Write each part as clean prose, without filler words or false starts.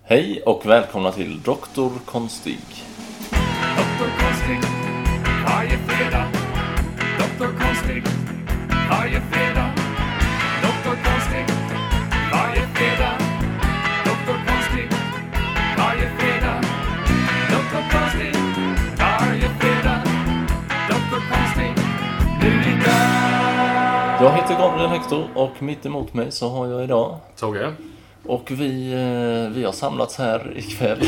Hej och välkomna till Dr. Konstig. Dr. Konstig, varje fredag. Dr. Konstig, varje fredag. Dr. Konstig, varje fredag. Dr. Konstig, varje fredag. Dr. Konstig, varje fredag. Dr. Konstig, nu idag. Jag heter Gabriel Hector och mitt emot mig så har jag idag Togge. och vi har samlats här ikväll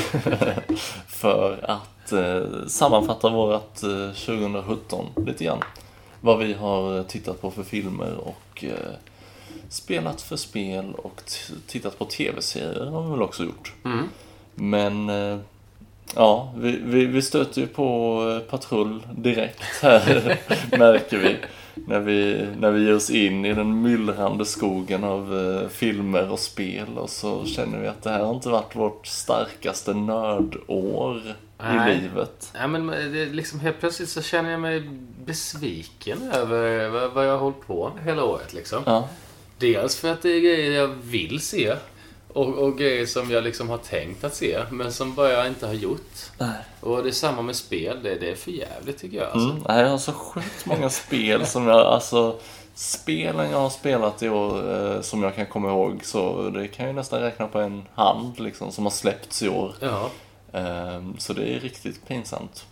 för att sammanfatta vårat 2017 lite grann. Vad vi har tittat på för filmer och spelat för spel och tittat på tv-serier har vi väl också gjort. Mm. Men ja, vi stöter ju på patrull direkt här märker vi. När vi ger oss in i den myllrande skogen av filmer och spel och så känner vi att det här har inte varit vårt starkaste nördår i livet. Ja, men det liksom helt plötsligt så känner jag mig besviken över vad jag har hållit på med hela året liksom. Ja. Dels för att det är grejer jag vill se och grejer som jag liksom har tänkt att se men som bara jag inte har gjort. Nej. Och det är samma med spel, det är för jävligt tycker jag alltså. Nej, jag har så sjukt många spel som jag, spelen jag har spelat i år som jag kan komma ihåg, så det kan ju nästan räkna på en hand liksom, som har släppts i år. Ja. Så det är riktigt pinsamt.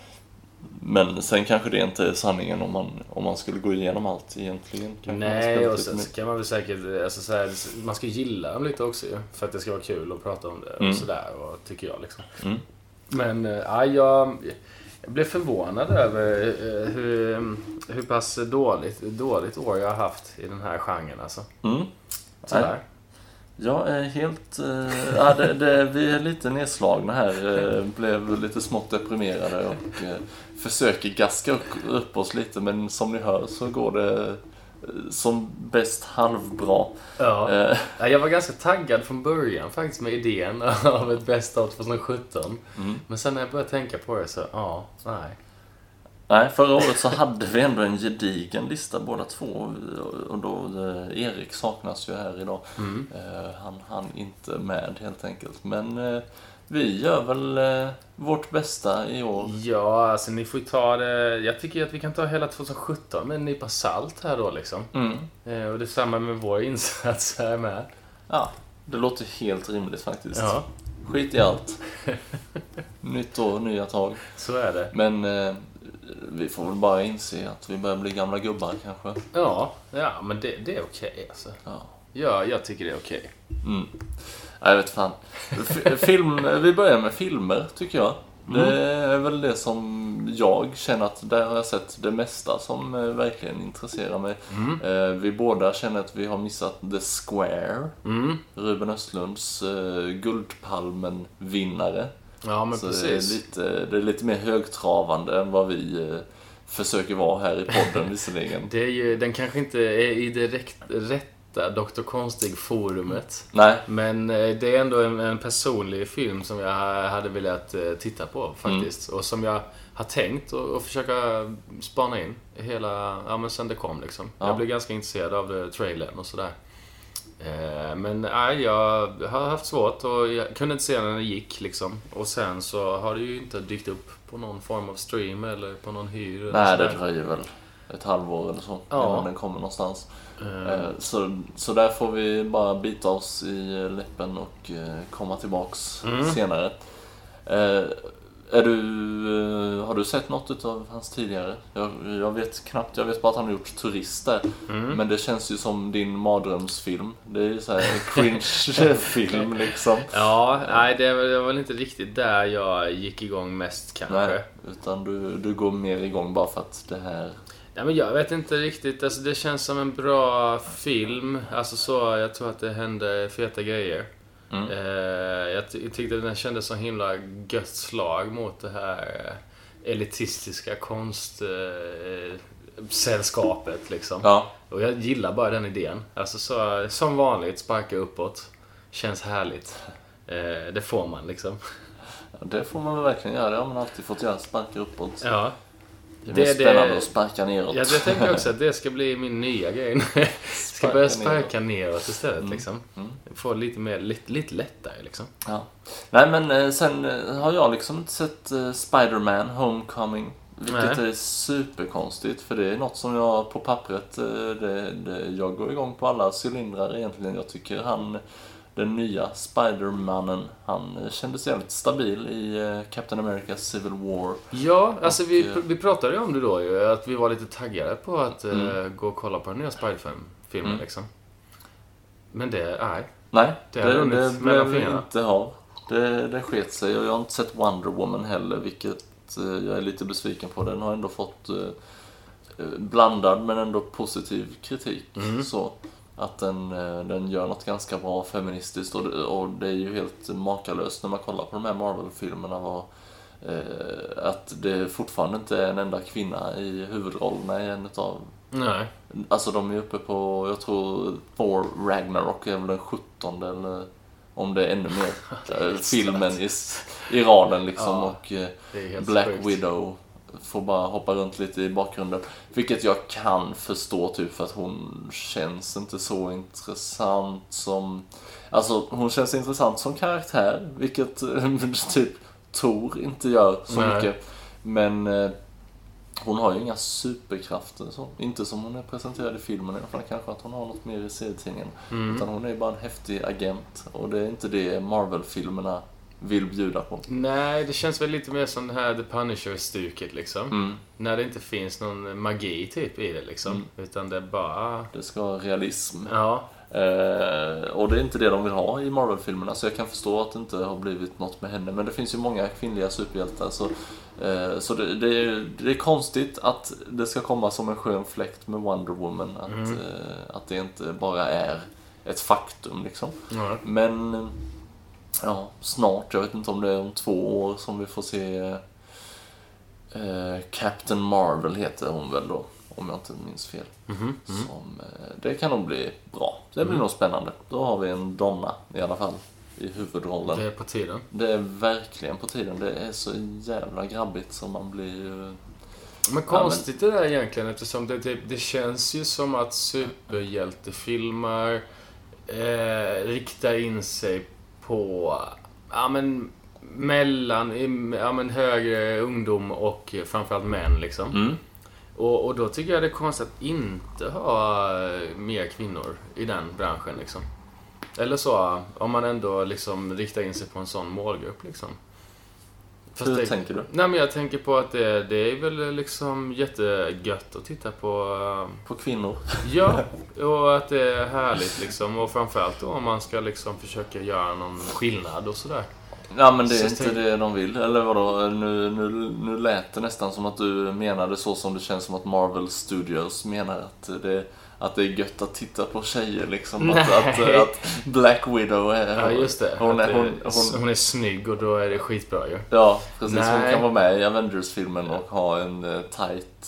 Men sen kanske det inte är sanningen om man skulle gå igenom allt egentligen. Nej, och sen så kan man väl säkert alltså, så här, man ska gilla dem lite också ju, för att det ska vara kul att prata om det och sådär, och tycker jag liksom. Men jag blev förvånad över hur pass dåligt år jag har haft i den här genren alltså. Sådär. Jag är helt... vi är lite nedslagna här. Blev lite smått deprimerade och försöker gaska upp oss lite. Men som ni hör så går det som bäst halvbra. Ja. Jag var ganska taggad från början faktiskt med idén av ett bäst av 2017. Men sen när jag började tänka på det så, nej. Nej, förra året så hade vi ändå en gedigen lista båda två. Och då Erik saknas ju här idag. Han inte med helt enkelt. Men vi gör väl vårt bästa i år. Ja, alltså ni får ju ta det. Jag tycker att vi kan ta hela 2017 med en nypa salt här då liksom. Och det är samma med vår insats här med. Ja, det låter helt rimligt faktiskt. Ja. Skit i allt. Nytt år, nya tag. Så är det. Men vi får väl bara inse att vi börjar bli gamla gubbar kanske. Ja, men det är okej alltså. Ja, jag tycker det är okej. Jag vet fan. Vi börjar med filmer tycker jag. Det är väl det som jag känner att där har jag sett det mesta som verkligen intresserar mig. Vi båda känner att vi har missat The Square. Ruben Östlunds Guldpalmen-vinnare. Ja, men så precis. Det är lite mer högtravande än vad vi försöker vara här i podden visserligen. Det är ju, den kanske inte är i det rätta Dr. Konstig-forumet. Nej. Men det är ändå en personlig film som jag hade velat titta på faktiskt. Och som jag har tänkt att försöka spana in men sen det kom liksom. Ja. Jag blev ganska intresserad av trailern och sådär. Men jag har haft svårt och jag kunde inte se när det gick liksom. Och sen så har det ju inte dykt upp på någon form av stream eller på någon hyr. Nej, det dröjer väl ett halvår eller så innan den kommer någonstans. Så där får vi bara bita oss i läppen och komma tillbaks senare. Har du sett något av hans tidigare? Jag vet knappt, jag vet bara att han har gjort Turister. Men det känns ju som din mardrömsfilm. Det är ju så här cringe-film liksom. Ja, nej det var väl inte riktigt där jag gick igång mest kanske. Nej, utan du går mer igång bara för att det här... Nej, men jag vet inte riktigt, alltså det känns som en bra film. Alltså så, jag tror att det hände feta grejer. Jag tyckte den kändes så himla gött slag mot det här elitistiska konstsällskapet liksom. Ja. Och jag gillar bara den idén. Alltså så, som vanligt, sparka uppåt. Känns härligt. Det får man liksom. Ja, det får man väl verkligen göra. Det har man alltid fått göra, sparka uppåt. Ja. Det är spännande att sparka neråt. Ja, det tänker jag också att det ska bli min nya grej. Jag ska börja sparka neråt istället liksom. Få lite lättare liksom. Ja. Nej, men sen har jag liksom inte sett Spider-Man Homecoming. Vilket är superkonstigt, för det är något som jag på pappret, jag går igång på alla cylindrar egentligen. Jag tycker den nya Spider-Mannen, han kändes jävligt stabil i Captain America Civil War. Ja, alltså vi pratade ju om det då ju, att vi var lite taggade på att gå och kolla på den nya Spider-Man-filmen liksom. Men Nej, det blev vi inte av. Det sket sig, och jag har inte sett Wonder Woman heller, vilket jag är lite besviken på. Den har ändå fått blandad men ändå positiv kritik. Så att den gör något ganska bra feministiskt, och det är ju helt makalöst när man kollar på de här Marvel-filmerna att det fortfarande inte är en enda kvinna i huvudrollerna i en utav. Nej. Alltså de är uppe på, jag tror Thor Ragnarok är väl den 17:e, eller om det är ännu mer filmen i raden liksom. Ja, och Black Widow får bara hoppa runt lite i bakgrunden, vilket jag kan förstå typ, för att hon känns inte så intressant som, alltså hon känns intressant som karaktär, vilket typ Thor inte gör så mycket, men hon har ju inga superkrafter så. Inte som hon är presenterad i filmen i alla fall. Kanske att hon har något mer i serietidningen. Utan hon är ju bara en häftig agent. Och det är inte det Marvel-filmerna vill bjuda på. Nej, det känns väl lite mer som det här The Punisher-stuket liksom. När det inte finns någon magi typ i det liksom. Utan det är bara... Det ska vara realism. Ja. Och det är inte det de vill ha i Marvel-filmerna. Så jag kan förstå att det inte har blivit något med henne. Men det finns ju många kvinnliga superhjältar. Så det är konstigt att det ska komma som en skön fläkt med Wonder Woman. Att det inte bara är ett faktum liksom. Men ja, snart, jag vet inte om det är om 2 år som vi får se Captain Marvel heter hon väl då, om jag inte minns fel. Det kan nog bli bra. Det blir nog spännande. Då har vi en donna i alla fall i huvudrollen. Det är på tiden. Det är verkligen på tiden. Det är så jävla grabbigt som man blir... Men konstigt det där egentligen, eftersom det känns ju som att superhjältefilmer riktar in sig på mellan högre ungdom och framförallt män liksom. Och då tycker jag det är konstigt att inte ha mer kvinnor i den branschen liksom. Eller så, om man ändå liksom riktar in sig på en sån målgrupp liksom. Hur tänker du? Nej, men jag tänker på att det är väl liksom jättegött att titta på kvinnor. Ja, och att det är härligt liksom. Och framförallt då om man ska liksom försöka göra någon skillnad och sådär. Ja, men det är inte det de vill. Eller vadå? Nu lät det nästan som att du menade så, som det känns som att Marvel Studios menar att det är gött att titta på tjejer liksom. Att Black Widow är... Ja, just det. Hon är snygg och då är det skitbra ju. Ja, precis. Nej. Hon kan vara med i Avengers-filmen och ha en tight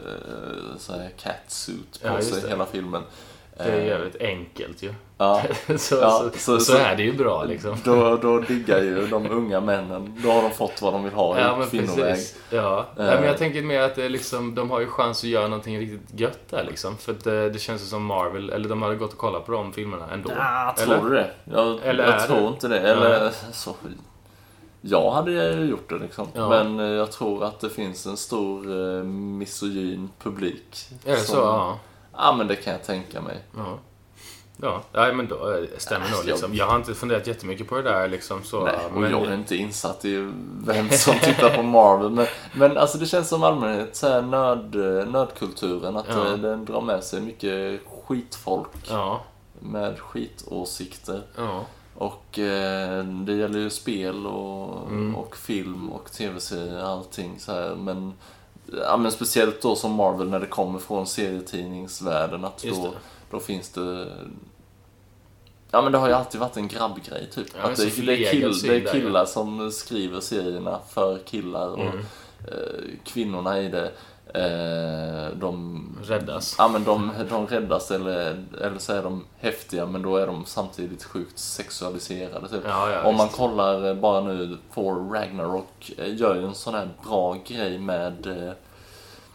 catsuit på sig hela filmen. Det är jävligt enkelt ju. Ja. så är det ju bra liksom. Då diggar ju de unga männen. Då har de fått vad de vill ha i kvinnoväg. Ja, men jag tänker mer att det liksom, de har ju chans att göra någonting riktigt gött där liksom. För att det känns som Marvel, eller de hade gått och kollat på de filmerna ändå. Tror du det? Jag tror inte det. Eller så... Jag hade ju gjort det liksom. Ja. Men jag tror att det finns en stor misogyn publik. Är det så? Ja. Ja, men det kan jag tänka mig. Ja, men då stämmer nog liksom. Jag har inte funderat jättemycket på det där liksom så. Nej, och jag är inte insatt i vem som tittar på Marvel, men alltså det känns som allmänhet så här nördkulturen att den drar med sig mycket skitfolk med skitåsikter. Ja. Och det gäller ju spel och film och tv-serier, allting så här, men speciellt då som Marvel, när det kommer från serietidningsvärlden, att då finns det... Ja, men det har ju alltid varit en grabbgrej typ. Att det är killar som skriver serierna för killar och kvinnorna i det, de räddas. Ja, men de räddas eller så är de häftiga, men då är de samtidigt sjukt sexualiserade typ. Om man kollar bara nu på Ragnarok, gör ju en sån här bra grej med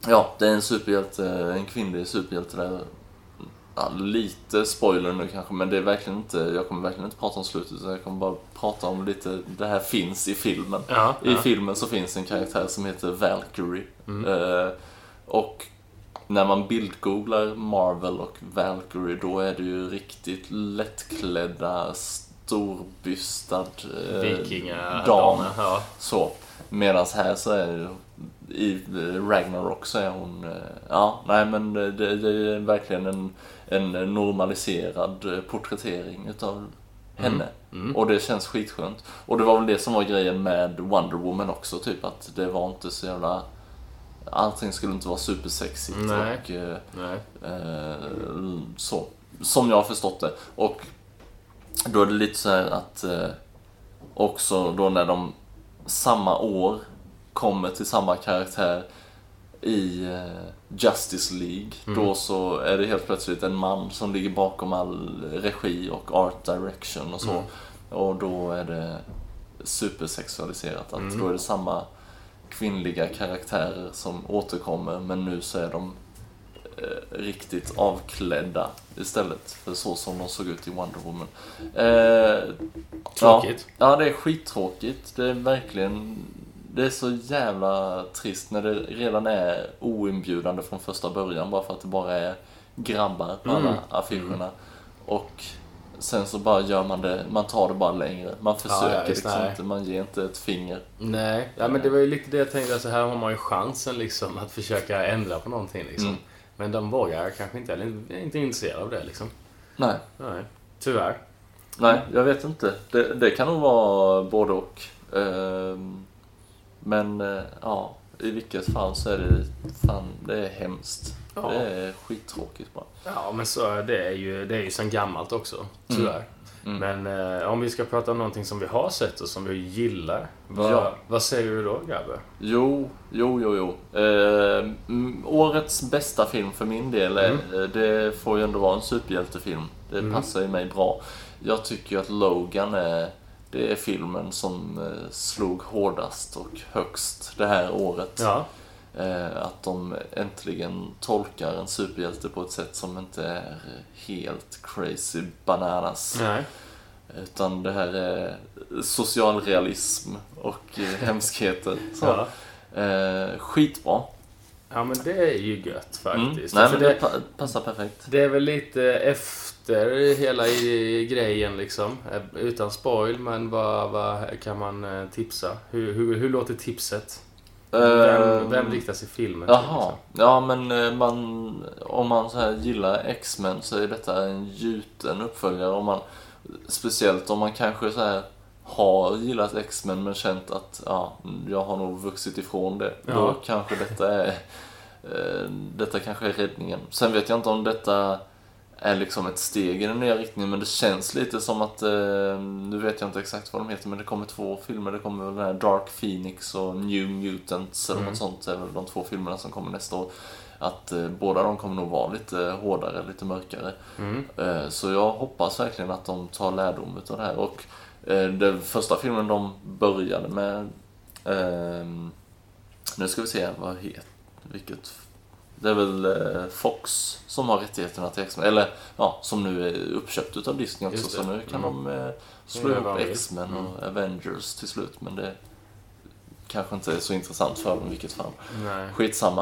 Ja, det är en superhjälte, en kvinnlig superhjälte där. Ja, lite spoiler nu kanske, men det är verkligen inte, jag kommer verkligen inte prata om slutet, så jag kommer bara prata om lite, det här finns i filmen. I filmen så finns en karaktär som heter Valkyrie. Och när man bildgooglar Marvel och Valkyrie, då är det ju riktigt lättklädda, storbystad dam. Ja. Så. Medan här så är det, i Ragnarok så är hon, men det är verkligen en normaliserad porträttering utav henne. Och det känns skitskönt. Och det var väl det som var grejen med Wonder Woman också, typ att det var inte så jävla, allting skulle inte vara supersexigt. Nej. Så som jag har förstått det. Och då är det lite så här att också då när de samma år kommer till samma karaktär i Justice League, då så är det helt plötsligt en man som ligger bakom all regi och art direction och så. Och då är det supersexualiserat, att då är det samma kvinnliga karaktärer som återkommer, men nu så är de riktigt avklädda istället för så som de såg ut i Wonder Woman. Tråkigt. Ja, det är skittråkigt. Det är verkligen, det är så jävla trist när det redan är oinbjudande från första början, bara för att det bara är grabbar på alla affischerna. Och sen så bara gör man det, man tar det bara längre. Man försöker inte, man ger inte ett finger. Nej, men det var ju lite det jag tänkte, så här har man ju chansen liksom att försöka ändra på någonting liksom. Men de vågar kanske inte, eller är inte intresserade av det liksom. Nej, tyvärr. Nej, jag vet inte. Det kan nog vara både och. Men i vilket fall så är det är hemskt. Ja. Det är skittråkigt bara. Ja, men så det är ju sen gammalt också, tyvärr. Men om vi ska prata om någonting som vi har sett och som vi gillar, vad säger du då, grabbar? Jo. Årets bästa film för min del det får ju ändå vara en superhjältefilm. Det passar ju mig bra. Jag tycker att Logan det är filmen som slog hårdast och högst det här året. Ja. Att de äntligen tolkar en superhjälte på ett sätt som inte är helt crazy bananas. Nej. Utan det här är socialrealism och hemskheter. Så. Skitbra. Ja, men det är ju gött faktiskt. Nej, men det passar perfekt. Det är väl lite efter hela grejen liksom. Utan spoil, men vad kan man tipsa? Hur låter tipset? Vem riktar sig filmen? Jaha, ja, men om man så här gillar X-Men så är detta en gjuten uppföljare. Speciellt om man kanske så här har gillat X-Men men känt att jag har nog vuxit ifrån det. Ja. Då kanske detta kanske är räddningen. Sen vet jag inte om detta är liksom ett steg i den nya riktningen, men det känns lite som att nu vet jag inte exakt vad de heter, men det kommer 2 filmer. Det kommer väl den här Dark Phoenix och New Mutants eller något sånt, är väl de 2 filmerna som kommer nästa år. Att båda de kommer nog vara lite hårdare, lite mörkare. Så jag hoppas verkligen att de tar lärdom av det här. Och den första filmen de började med, nu ska vi se vilket. Det är väl Fox som har rättigheterna till X-Men. Eller som nu är uppköpt utav Disney också. Så nu kan de slå ihop X-Men och Avengers till slut. Men det kanske inte är så intressant för dem vilket fall. Nej. Skitsamma.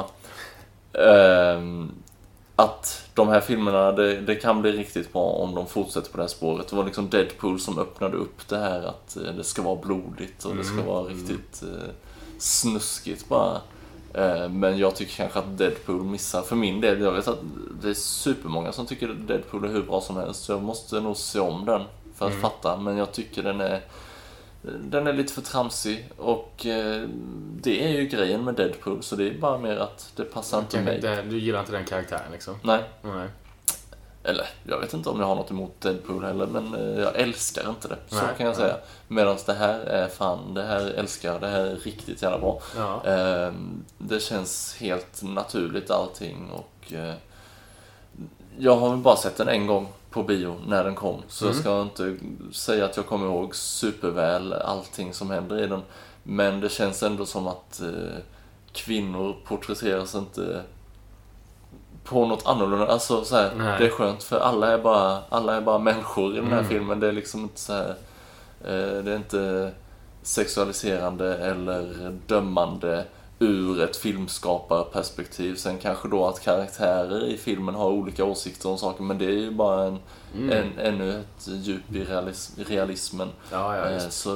Att de här filmerna, det kan bli riktigt bra om de fortsätter på det här spåret. Det var liksom Deadpool som öppnade upp det här att det ska vara blodigt och det ska vara riktigt snuskigt bara. Men jag tycker kanske att Deadpool missar för min del. Jag vet att det är supermånga som tycker att Deadpool är hur bra som helst, så jag måste nog se om den för att fatta. Men jag tycker den är lite för tramsig. Och det är ju grejen med Deadpool, så det är bara mer att det passar inte mig. Du gillar inte den karaktären liksom? Nej. Eller, jag vet inte om jag har något emot Deadpool heller, men jag älskar inte det. Så kan jag säga. Medan det här är det här älskar jag. Det här är riktigt jävla bra. Ja. Det känns helt naturligt allting. Och jag har bara sett den en gång på bio när den kom. Så jag ska inte säga att jag kommer ihåg superväl allting som händer i den. Men det känns ändå som att kvinnor porträtteras inte på något annorlunda. Alltså så här, det är skönt för alla är bara människor i den här filmen. Det är liksom inte så här, det är inte sexualiserande eller dömande ur ett filmskaparperspektiv. Sen kanske då att karaktärer i filmen har olika åsikter om saker, men det är ju bara ännu ett djup i realismen. Ja,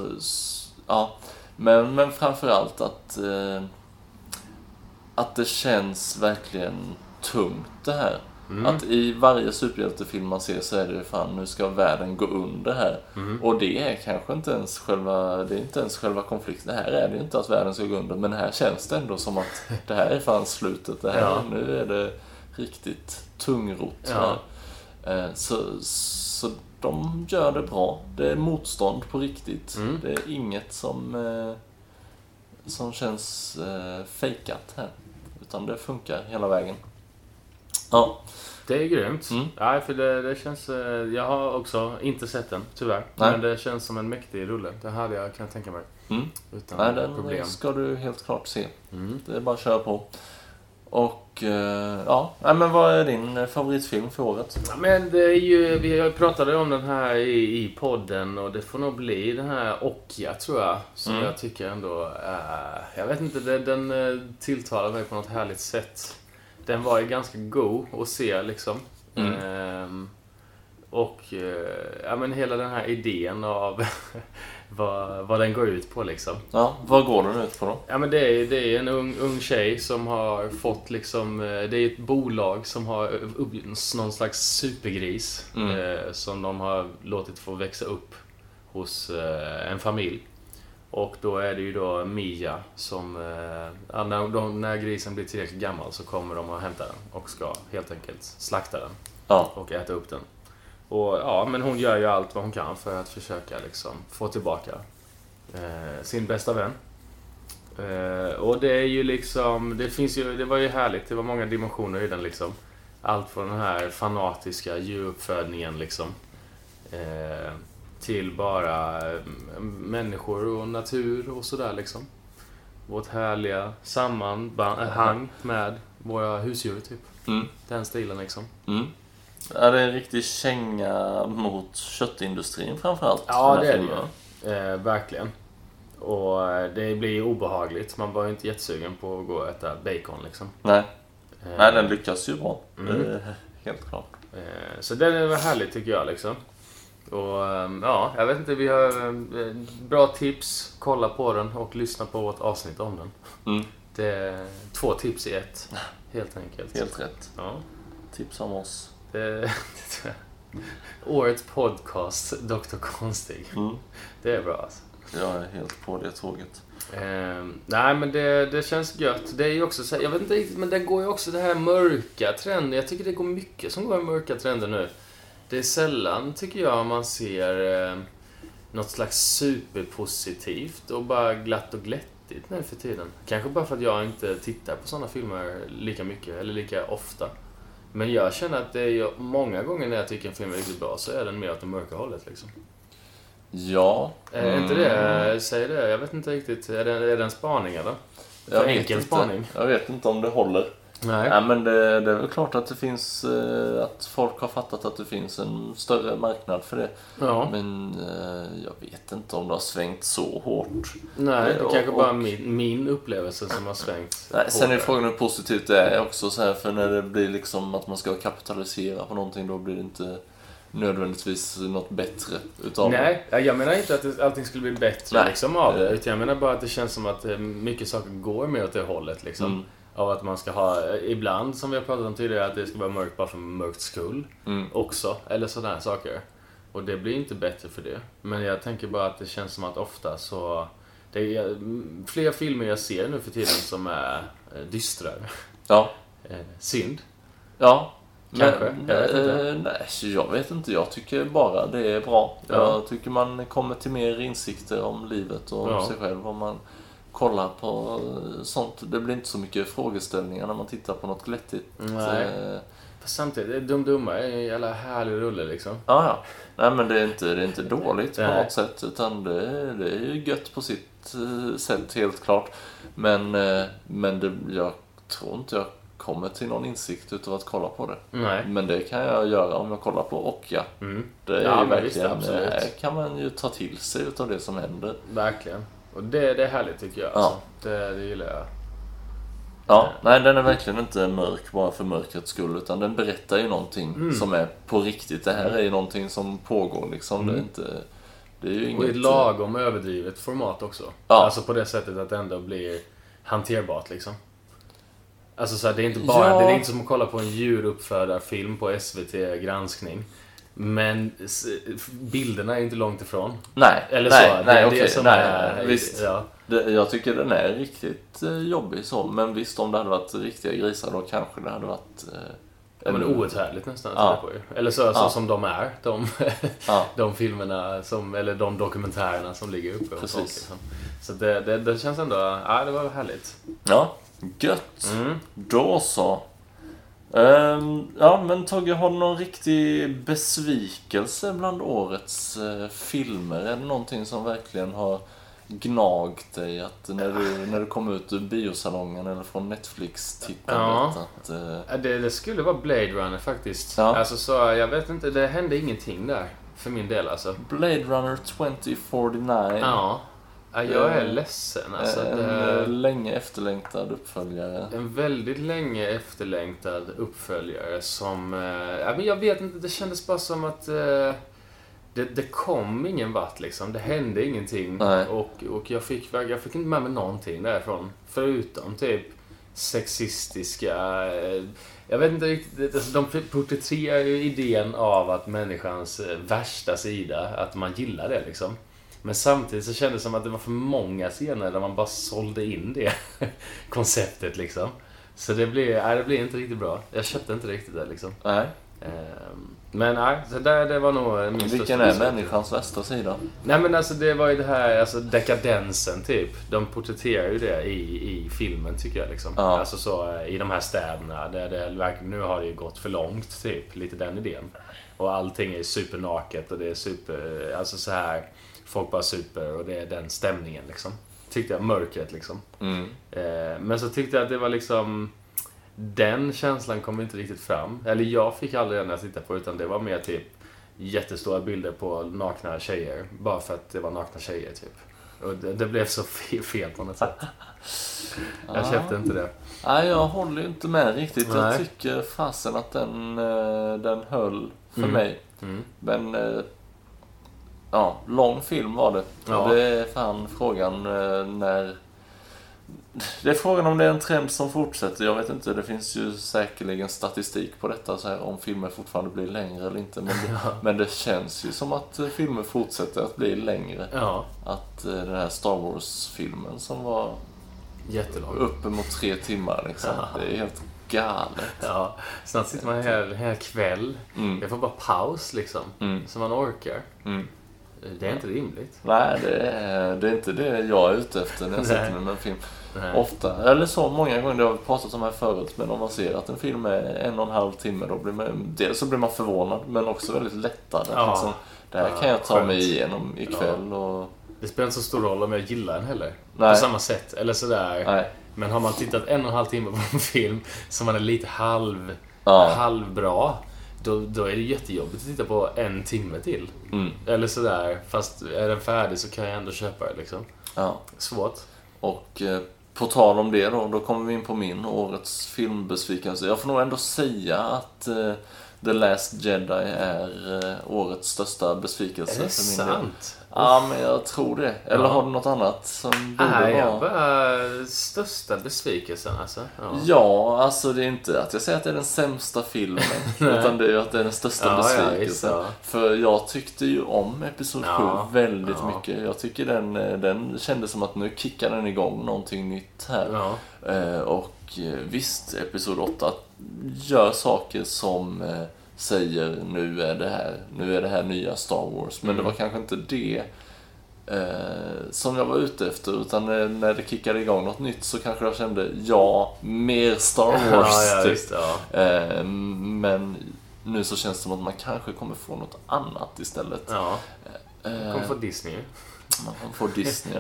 men framförallt att det känns verkligen tungt det här. Att i varje superhjältefilm man ser så är det fan, nu ska världen gå under här. Och det är kanske inte ens själva konflikten. Det här är det ju inte att världen ska gå under, men här känns det ändå som att det här är fan slutet. Det här, nu är det riktigt tungrot. Så de gör det bra. Det är motstånd på riktigt. Det är inget som känns fejkat här, utan det funkar hela vägen. Ja. Det är grymt. Nej, för det känns... Jag har också inte sett den, tyvärr. Nej. Men det känns som en mäktig rulle. Det hade jag kunnat tänka mig. Utan problem. Det ska du helt klart se. Det är bara att köra på. Och men vad är din favoritfilm för året? Ja, men det är ju... Vi pratade om den här i podden, och det får nog bli den här Okja, tror jag. Som jag tycker ändå... jag vet inte, den tilltalar mig på något härligt sätt. Den var ju ganska god att se liksom. Men hela den här idén av vad den går ut på liksom. Ja, vad går den ut på då? Ja, men det är en ung tjej som har fått liksom, det är ett bolag som har någon slags supergris som de har låtit få växa upp hos en familj. Och då är det ju då Mia som, när grisen blir tillräckligt gammal så kommer de att hämta den och ska helt enkelt slakta den och äta upp den. Och men hon gör ju allt vad hon kan för att försöka liksom få tillbaka sin bästa vän. Och det är ju liksom, det var ju härligt, det var många dimensioner i den liksom. Allt från den här fanatiska djuruppfödningen liksom. Till bara människor och natur och sådär liksom. Vårt härliga sammanhang med våra husdjur typ. Den stilen liksom. Ja, det är en riktig känga mot köttindustrin framförallt. Ja, det är det. Verkligen. Och det blir obehagligt. Man var ju inte jättesugen på att gå och äta bacon liksom. Nej, den lyckas ju bra. Helt klart. Så den är härligt tycker jag liksom. Och jag vet inte, vi har bra tips. Kolla på den och lyssna på vårt avsnitt om den. Det är 2 tips i ett, helt enkelt. Helt rätt. Ja. Tips om oss. Årets podcast, Dr. Konstig. Det är bra alltså. Jag är helt på det tåget. Nej, men det känns gött. Det är ju också så här, jag vet inte riktigt, men det går ju också det här mörka trenden. Jag tycker det går mycket som går i mörka trender nu. Det är sällan, tycker jag, man ser något slags superpositivt och bara glatt och glättigt nu för tiden. Kanske bara för att jag inte tittar på sådana filmer lika mycket eller lika ofta. Men jag känner att det är många gånger när jag tycker en film är riktigt bra så är den mer åt det mörka hållet liksom. Ja. Inte det? Säg det. Jag vet inte riktigt. Är det en spaning eller? Spaning. Jag vet inte om det håller. Nej. Men det är väl klart att det finns, att folk har fattat att det finns en större marknad för det. Ja. Men jag vet inte om det har svängt så hårt. Nej, det kanske bara min upplevelse som har svängt. Nej, sen är frågan hur positivt det är också så här, för när det blir liksom att man ska kapitalisera på någonting, då blir det inte nödvändigtvis något bättre utav det. Nej, jag menar inte att allting skulle bli bättre liksom av det, utan jag menar bara att det känns som att mycket saker går mer åt det hållet liksom. Av att man ska ha, ibland som vi har pratat om tidigare, att det ska vara mörkt bara för mörkt skull också, eller sådana saker. Och det blir inte bättre för det. Men jag tänker bara att det känns som att ofta så, det är fler filmer jag ser nu för tiden som är dystrare. Ja. Synd. Ja. Kanske. Jag vet inte. Jag tycker bara det är bra. Jag tycker man kommer till mer insikter om livet och sig själv om man kollar på sånt. Det blir inte så mycket frågeställningar när man tittar på något glättigt. Samtidigt, Dumma är en jävla härlig rulle liksom. Ja. Nej, men det är inte dåligt på något sätt, utan det är ju gött på sitt sätt, helt klart. Men jag tror inte jag kommer till någon insikt utav att kolla på det. Nej. Men det kan jag göra om jag kollar på Okja. Det är Ja, ju verkligen, visst, kan man ju ta till sig utav det som händer. Verkligen. Och det är härligt tycker jag. Alltså. Det gillar jag. Ja, nej, den är verkligen inte mörk bara för mörkrets skull, utan den berättar ju någonting som är på riktigt. Det här är ju någonting som pågår liksom. Det är ju inget... Och i ett lagom överdrivet format också. Ja. Alltså på det sättet att det ändå blir hanterbart liksom. Alltså så här, det är inte bara det är inte som att kolla på en djuruppfödarfilm på SVT granskning. Men bilderna är inte långt ifrån. Nej, eller nej, så. Nej, det som är, visst. Ja. Jag tycker den är riktigt jobbig så, men visst, om det hade varit riktiga grisar då kanske det hade varit men outhärdligt nästan att på ju. Eller så som de är, de filmerna eller de dokumentärerna som ligger uppe. Precis. Och liksom. Så det känns ändå, det var härligt. Ja, gött. Då så. Men Togge, har du någon riktig besvikelse bland årets filmer? Är det någonting som verkligen har gnagt dig att när du kom ut ur biosalongen eller från Netflix-tittandet? Det skulle vara Blade Runner faktiskt. Ja. Alltså så, jag vet inte, det hände ingenting där för min del alltså. Blade Runner 2049. Ja. Jag är ledsen alltså. En länge efterlängtad uppföljare. En väldigt länge efterlängtad uppföljare som... men jag vet inte, det kändes bara som att... Det kom ingen vart liksom. Det hände ingenting. Och jag fick inte med mig någonting därifrån. Förutom typ sexistiska... Jag vet inte riktigt. Alltså, de porträtterar ju idén av att människans värsta sida, att man gillar det liksom. Men samtidigt så kändes det som att det var för många scener där man bara sålde in det konceptet liksom. Så det blev inte riktigt bra. Jag köpte inte riktigt det liksom. Nej. Men nej, så det var nog min största. Vilken är människans värsta sida? Nej men alltså det var ju det här, alltså dekadensen typ. De porträtterar ju det i filmen tycker jag liksom. Ja. Alltså så i de här städerna där det verkligen, nu har det ju gått för långt typ, lite den idén. Och allting är supernaket och det är super, alltså så här, folk bara super och det är den stämningen liksom. Tyckte jag, mörkret liksom. Men så tyckte jag att det var liksom, den känslan kom inte riktigt fram. Eller jag fick aldrig den när jag tittade på, utan det var mer typ jättestora bilder på nakna tjejer. Bara för att det var nakna tjejer typ. Och det blev så fel på något sätt. Jag köpte inte det. Nej, jag håller inte med riktigt. Nej. Jag tycker fasen att den höll för mig. Men lång film var det. Ja. Och det är fan frågan när... Det är frågan om det är en trend som fortsätter. Jag vet inte, det finns ju säkerligen statistik på detta så här, om filmer fortfarande blir längre eller inte. Men det känns ju som att filmer fortsätter att bli längre. Ja. Att den här Star Wars-filmen som var jättelång, uppemot 3 timmar liksom. Det är helt galet. Ja, snart sitter man här kväll. Jag får bara paus liksom, så man orkar. Det är inte rimligt. Nej, det är inte det jag är ute efter när jag sitter med en film. Nej. Ofta, eller så många gånger, det har vi pratat om här förut, men om man ser att en film är 1,5 timme, då blir man, dels så blir man förvånad, men också väldigt lättad. Ja. Liksom, det här kan jag ta mig igenom ikväll. Och... Det spelar inte så stor roll om jag gillar den heller. Nej. På samma sätt, eller sådär. Nej. Men har man tittat 1,5 timme på en film som man är lite halvbra, då är det jättejobbigt att titta på 1 timme till. Eller sådär, fast är den färdig så kan jag ändå köpa det liksom. Ja. Svårt. Och på tal om det då kommer vi in på min årets filmbesvikelse. Jag får nog ändå säga att The Last Jedi är årets största besvikelse för min del. Är det sant? Ja, men jag tror det. Eller har du något annat som borde vara? Jag bara största besvikelsen alltså. Ja, alltså det är inte att jag säger att det är den sämsta filmen utan det är att det är den största besvikelsen. Ja. För jag tyckte ju om episod 7 väldigt mycket. Jag tycker den kändes som att nu kickar den igång någonting nytt här. Och visst, episod 8 gör saker som säger nu är det här nya Star Wars, men det var kanske inte det som jag var ute efter, utan när det kickade igång något nytt så kanske jag kände mer Star Wars just, men nu så känns det som att man kanske kommer få något annat istället. Ja. Kommer få Disney. Man får Disney,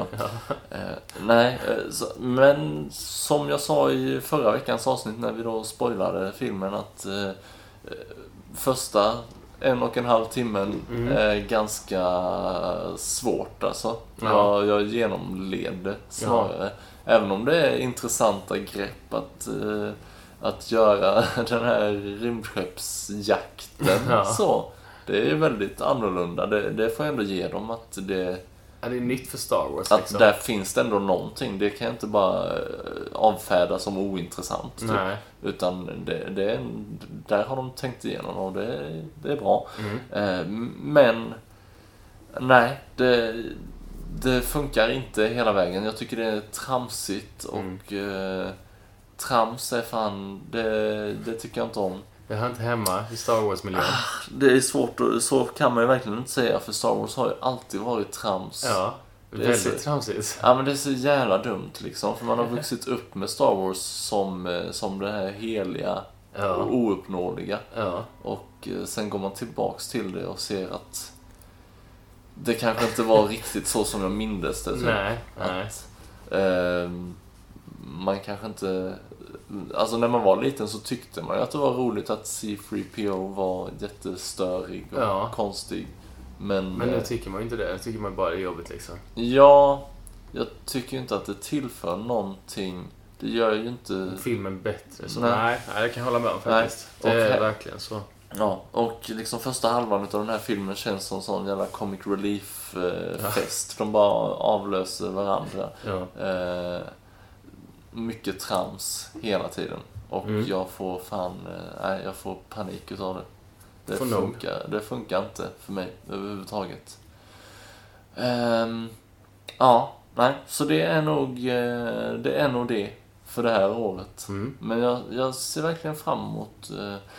men som jag sa i förra veckans avsnitt när vi då spoilade filmen, att första 1,5 timmen är ganska svårt alltså. Jag genomled snarare. Även om det är intressanta grepp att göra den här rymdskeppsjakten så. Det är väldigt annorlunda. Det får jag ändå ge dem, att det är nytt för Star Wars. Att liksom. Där finns det ändå någonting. Det kan jag inte bara avfärda som ointressant. Typ. Utan där har de tänkt igenom och det är bra. Men nej, det funkar inte hela vägen. Jag tycker det är tramsigt och trams är fan, det tycker jag inte om. Det hör inte hemma i Star Wars-miljön. Det är svårt, så kan man ju verkligen inte säga, för Star Wars har ju alltid varit trams. Ja, väldigt tramsigt. Ja, men det är så jävla dumt liksom, för man har vuxit upp med Star Wars som det här heliga och ouppnåeliga. Ja. Och sen går man tillbaks till det och ser att det kanske inte var riktigt så som jag mindes det. Nej. Man kanske inte... Alltså när man var liten så tyckte man ju att det var roligt att C-3PO var jättestörig och konstig. Men nu tycker man ju inte det. Nu tycker man bara det är jobbigt liksom. Ja, jag tycker inte att det tillför någonting. Det gör ju inte... filmen bättre. Så nej, det kan jag hålla med om faktiskt. Det är verkligen så. Ja, och liksom första halvan av den här filmen känns som sån jävla comic relief fest. De bara avlöser varandra. Mycket trams hela tiden. Och jag får jag får panik utav det. Det funkar inte för mig överhuvudtaget. Så det är nog det för det här året. Men jag ser verkligen fram emot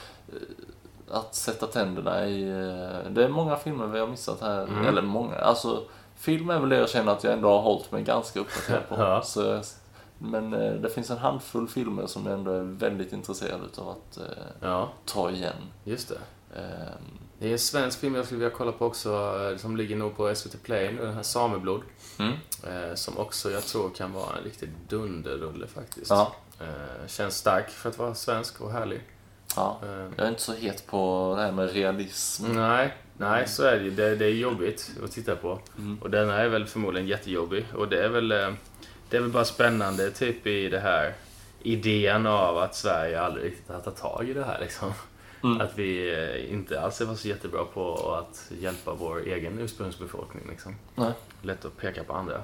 att sätta tänderna i... Det är många filmer vi har missat här. Eller många. Alltså, film är väl det jag känner att jag ändå har hållit mig ganska uppdaterad på. Men det finns en handfull filmer som jag ändå är väldigt intresserad av att ta igen. Just det. Det är en svensk film jag skulle vilja kolla på också, som ligger nog på SVT Play nu, den här Sameblod. Som också jag tror kan vara en riktigt dunderrulle faktiskt. Känns stark för att vara svensk och härlig. Jag är inte så het på det här med realism. Nej, så är det. Det är jobbigt att titta på. Och den är väl förmodligen jättejobbig. Och det är väl bara spännande typ i det här idén av att Sverige aldrig riktigt har tagit tag i det här liksom. Att vi inte alls var så jättebra på att hjälpa vår egen ursprungsbefolkning liksom. Lätt att peka på andra.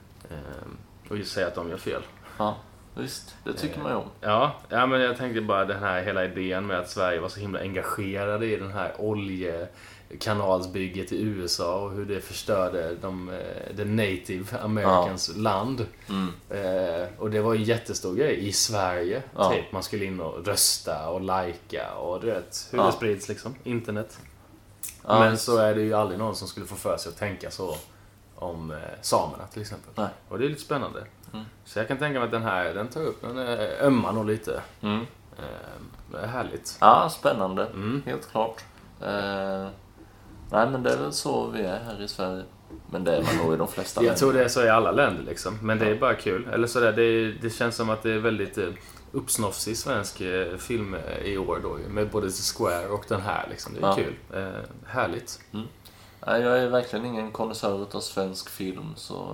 Och just säga att de gör fel. Ja, visst. Det tycker man ju om. Ja, men jag tänkte bara den här hela idén med att Sverige var så himla engagerade i den här oljekanalsbygget i USA och hur det förstörde the native Americans land. Och det var en jättestor grej i Sverige. Typ. Man skulle in och rösta och likea och du vet hur det sprids liksom. Internet. Men så är det ju aldrig någon som skulle få för sig att tänka så om samerna till exempel. Nej. Och det är lite spännande. Så jag kan tänka mig att den tar upp, den ömmar nog lite. Det är härligt. Ja, spännande. Helt klart. Nej, men det är väl så vi är här i Sverige. Men det är man nog i de flesta länder. Jag tror det är så i alla länder liksom. Men det är bara kul. Eller så där, det känns som att det är väldigt uppsnofsig svensk film i år då. Med både The Square och den här liksom. Det är kul. Härligt. Nej, jag är verkligen ingen konnässör av svensk film. Så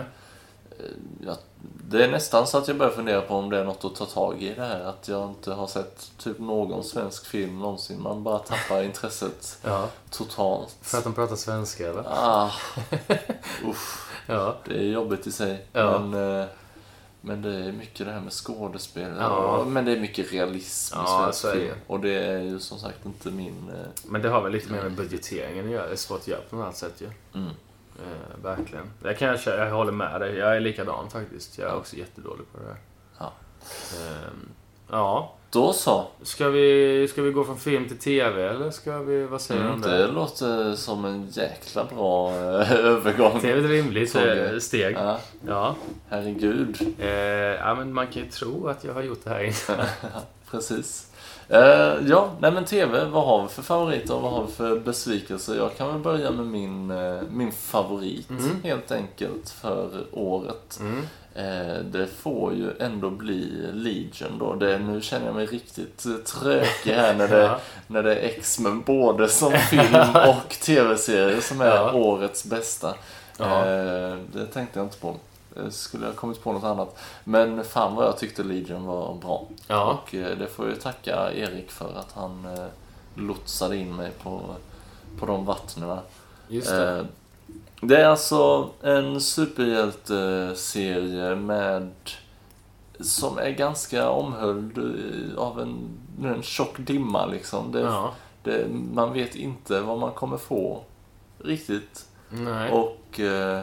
det är nästan så att jag börjar fundera på om det är något att ta tag i det här. Att jag inte har sett typ någon svensk film någonsin. Man bara tappar intresset totalt. För att de pratar svenska eller? Det är jobbigt i sig. Men det är mycket det här med skådespel. Men det är mycket realism i svensk film. Och det är ju som sagt inte min... Men det har väl lite mer med budgeteringen att göra. Det är svårt att göra på något annat sätt ju. Verkligen. Jag håller med dig. Jag är likadan faktiskt. Jag är också jättedålig på det här. Då så. Ska vi gå från film till tv eller ska vi, vad säger du om det? Det låter som en jäkla bra övergång. Det är ett rimligt steg. Ja. Herregud. Men man kan ju tro att jag har gjort det här innan. Precis. Men tv, vad har vi för favoriter och vad har vi för besvikelser? Jag kan väl börja med min favorit helt enkelt för året. Det får ju ändå bli Legion då. Nu känner jag mig riktigt trökig här när det är X-Men både som film och tv-serie som är årets bästa. Det tänkte jag inte på. Skulle jag kommit på något annat. Men fan vad jag tyckte Legion var bra. Och det får jag tacka Erik för att han lotsade in mig på de vattnena. Just det. Det är alltså en superhjälteserie som är ganska omhöljd av en tjock dimma liksom. Man vet inte vad man kommer få riktigt. Nej. Och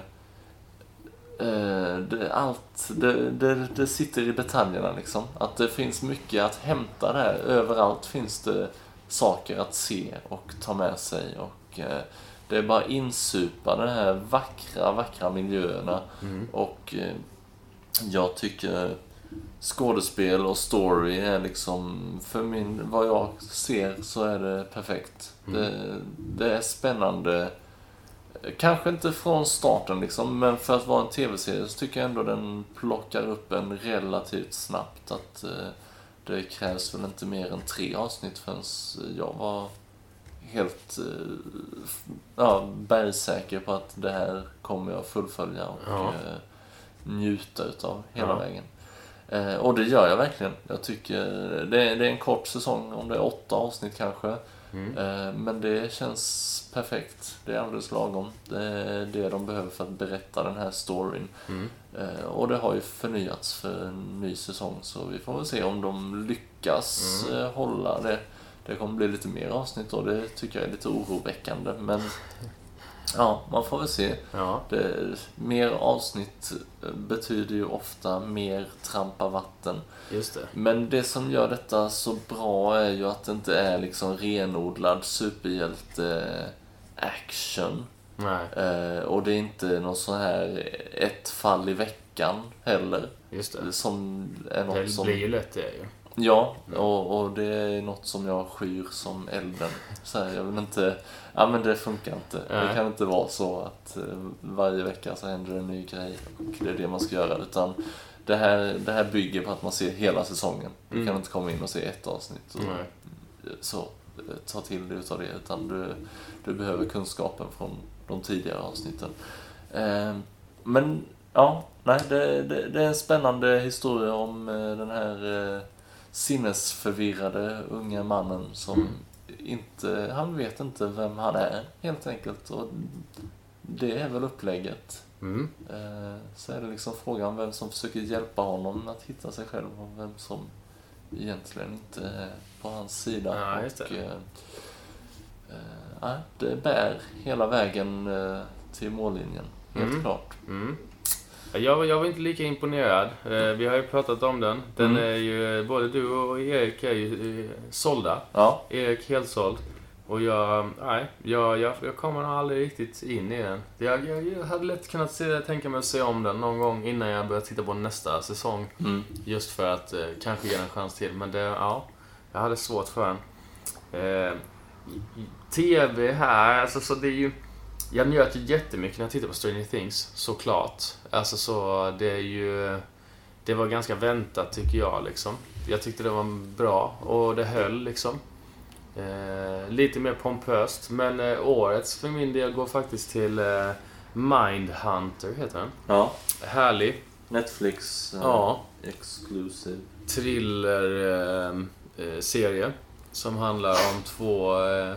det sitter i detaljerna liksom. Att det finns mycket att hämta där. Överallt finns det saker att se och ta med sig. Och det är bara insupa de här vackra miljöerna. Och jag tycker skådespel och story är liksom, vad jag ser så är det perfekt. Det är spännande. Kanske inte från starten liksom, men för att vara en tv-serie så tycker jag ändå den plockar upp en relativt snabbt. Att det krävs väl inte mer än 3 avsnitt förrän jag var helt bergsäker på att det här kommer jag fullfölja och njuta utav hela vägen. Och det gör jag verkligen. Jag tycker det är en kort säsong, om det är 8 avsnitt kanske. Men det känns perfekt. Det är alldeles lagom. Det är det de behöver för att berätta den här storyn. Och det har ju förnyats för en ny säsong, så vi får väl se om de lyckas hålla det. Det kommer bli lite mer avsnitt och det tycker jag är lite oroväckande. Men ja, man får väl se. Mer avsnitt betyder ju ofta mer trampa vatten. Just det. Men det som gör detta så bra är ju att det inte är liksom renodlad superhjälte-action. Och det är inte någon så här ett fall i veckan heller. Just det. Som är något det som blir ju lätt det ju. Ja, och det är något som jag skyr som elden. Så här, jag vill inte, men det funkar inte. Det kan inte vara så att varje vecka så händer en ny grej och det är det man ska göra. Utan det här bygger på att man ser hela säsongen. Du kan inte komma in och se ett avsnitt och så ta till dig utav det. Utan du behöver kunskapen från de tidigare avsnitten. Men ja, det är en spännande historia om den här sinnesförvirrade unga mannen som han vet inte vem han är helt enkelt, och det är väl upplägget. Så är det liksom frågan vem som försöker hjälpa honom att hitta sig själv och vem som egentligen inte är på hans sida. Det bär hela vägen till mållinjen, helt klart. Jag var inte lika imponerad. Vi har ju pratat om den. Den är ju, både du och Erik är ju sålda. Erik helt såld. Och jag kommer nog aldrig riktigt in i den. Jag hade lätt kunnat tänka mig att se om den någon gång innan jag börjar titta på nästa säsong. Just för att kanske ge en chans till. Men jag hade svårt för den. TV här, alltså så det är ju... Jag njöt ju jättemycket när jag tittade på Stranger Things, såklart. Alltså så det var ganska väntat tycker jag liksom. Jag tyckte det var bra och det höll liksom. Lite mer pompöst, men årets för min del går faktiskt till Mindhunter heter den. Härlig. Netflix exclusive thriller serie som handlar om 2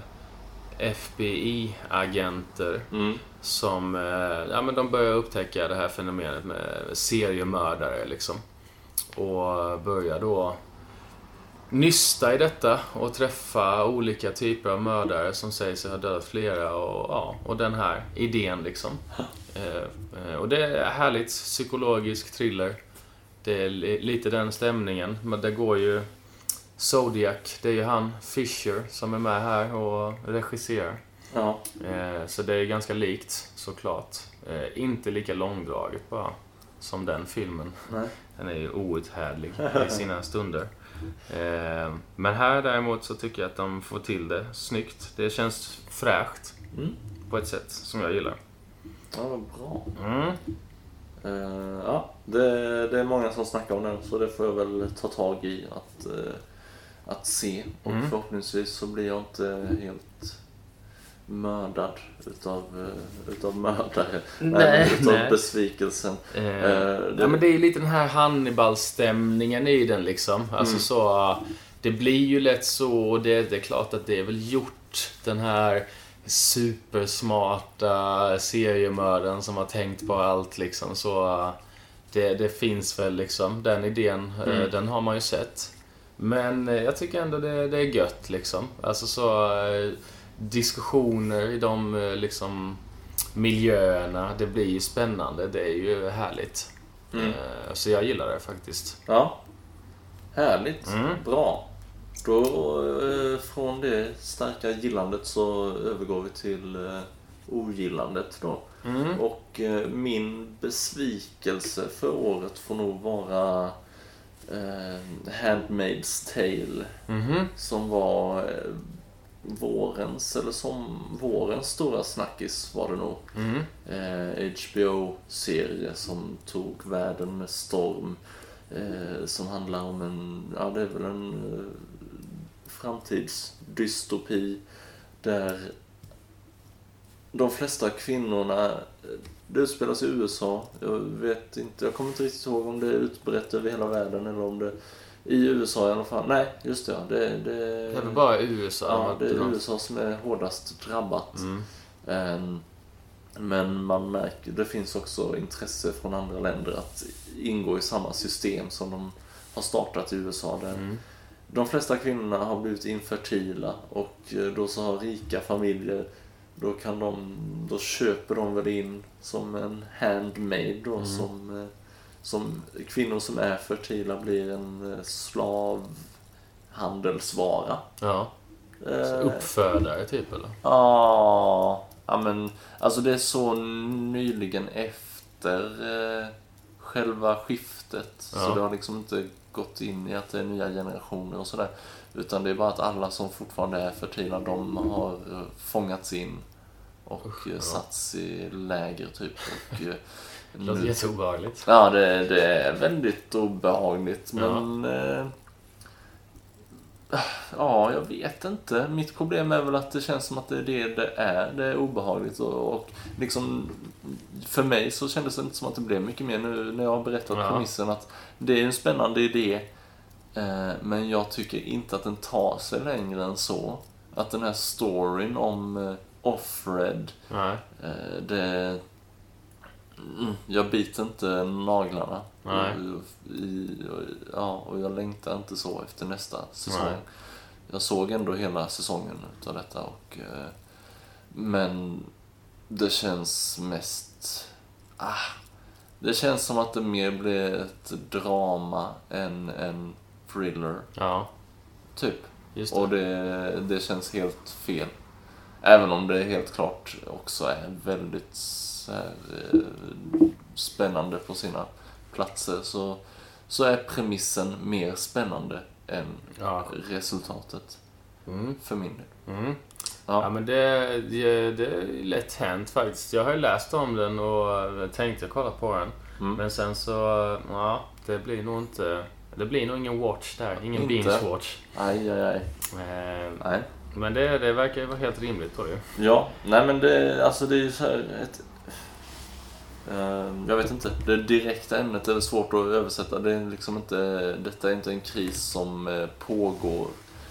FBI-agenter som men de börjar upptäcka det här fenomenet med seriemördare liksom. Och börjar då nysta i detta och träffa olika typer av mördare som säger sig ha dödat flera och den här idén liksom. Och det är härligt psykologisk thriller. Det är lite den stämningen, men det går ju Zodiac, det är ju han Fisher som är med här och regisserar. Ja. Så det är ganska likt, såklart. Inte lika långdraget bara som den filmen. Nej. Den är ju outhärdlig i sina stunder. Men här däremot så tycker jag att de får till det snyggt. Det känns fräscht på ett sätt som jag gillar. Ja, vad bra. Mm. Ja, det är många som snackar om den, så det får jag väl ta tag i att se. Och förhoppningsvis så blir jag inte helt mördad utav mördare. Utav besvikelsen. Ja, men det är lite den här Hannibal-stämningen i den liksom. Alltså så, det blir ju lätt så, och det är klart att det är väl gjort, den här supersmarta seriemördaren som har tänkt på allt liksom. Så det finns väl liksom, den idén, den har man ju sett. Men jag tycker ändå det är gött liksom. Alltså så diskussioner i de liksom miljöerna, det blir ju spännande, det är ju härligt. Så jag gillar det faktiskt. Ja, härligt, bra. Då från det starka gillandet så övergår vi till ogillandet då. Och min besvikelse för året får nog vara Handmaid's Tale, som var vårens stora snackis var det nog. HBO-serie som tog världen med storm, som handlar om det är väl en framtidsdystopi där de flesta kvinnorna, det utspelas i USA. Jag kommer inte riktigt ihåg om det är utbrett över hela världen eller om det i USA i alla fall. Nej, just det. Det är väl bara USA. Ja, det är USA som är hårdast drabbat. Men man märker, det finns också intresse från andra länder att ingå i samma system som de har startat i USA. Där de flesta kvinnorna har blivit infertila, och då så har rika familjer, då köper de väl in som en handmaid då, som kvinnor som är fertila blir en slavhandelsvara. Ja. Uppfödare typ, eller? Ja, men alltså det är så nyligen efter själva skiftet, så det har liksom inte gått in i att det är nya generationer och sådär, utan det är bara att alla som fortfarande är fertila, de har fångats in och satts i läger typ. Och det låter jätteobehagligt. Ja, det är väldigt obehagligt, men jag vet inte. Mitt problem är väl att det känns som att det är det är obehagligt, och liksom för mig så kändes det inte som att det blev mycket mer nu när jag har berättat premissen, att det är en spännande idé, men jag tycker inte att den tar sig längre än så. Att den här storyn om Offred, jag biter inte naglarna. Och jag längtar inte så efter nästa säsong. Jag såg ändå hela säsongen utav detta, men det känns mest det känns som att det mer blir ett drama än en thriller. Ja. Typ. Just det. Och det känns helt fel. Även om det helt klart också är väldigt spännande på sina platser, så är premissen mer spännande än resultatet för min del. Ja, men det är lätt hänt faktiskt. Jag har ju läst om den och tänkte kolla på den. Men sen så, det blir nog ingen watch där. Ingen binge-watch. Nej. Men det verkar ju vara helt rimligt då ju. Ja, nej men det är ju så här jag vet inte, det direkta ämnet är svårt att översätta. Det är liksom detta är inte en kris som pågår,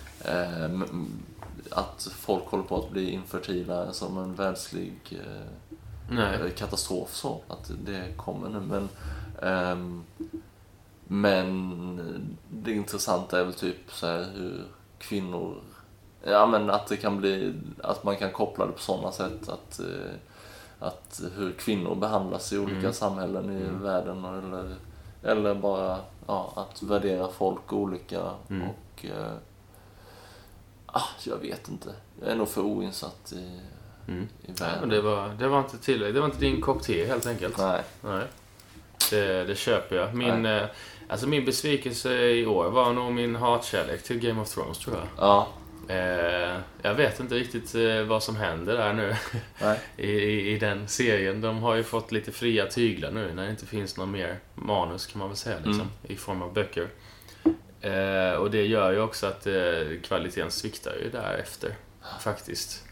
att folk håller på att bli infertila som en världslig katastrof, så att det kommer nu, men det intressanta är väl typ så här hur kvinnor, att det kan bli, att man kan koppla det på sådana sätt, att hur kvinnor behandlas i olika samhällen i världen, eller Eller bara att värdera folk olika. Och jag vet inte. Jag är nog för oinsatt i världen. Det var inte tillräckligt. Det var inte din kopp te helt enkelt. Nej. Det köper jag. Min besvikelse i år var nog min hatkärlek till Game of Thrones, tror jag. Ja. Jag vet inte riktigt vad som händer där nu. Nej. I den serien. De har ju fått lite fria tyglar nu när det inte finns någon mer manus, kan man väl säga, liksom, i form av böcker. Och det gör ju också att kvaliteten sviktar ju därefter, faktiskt.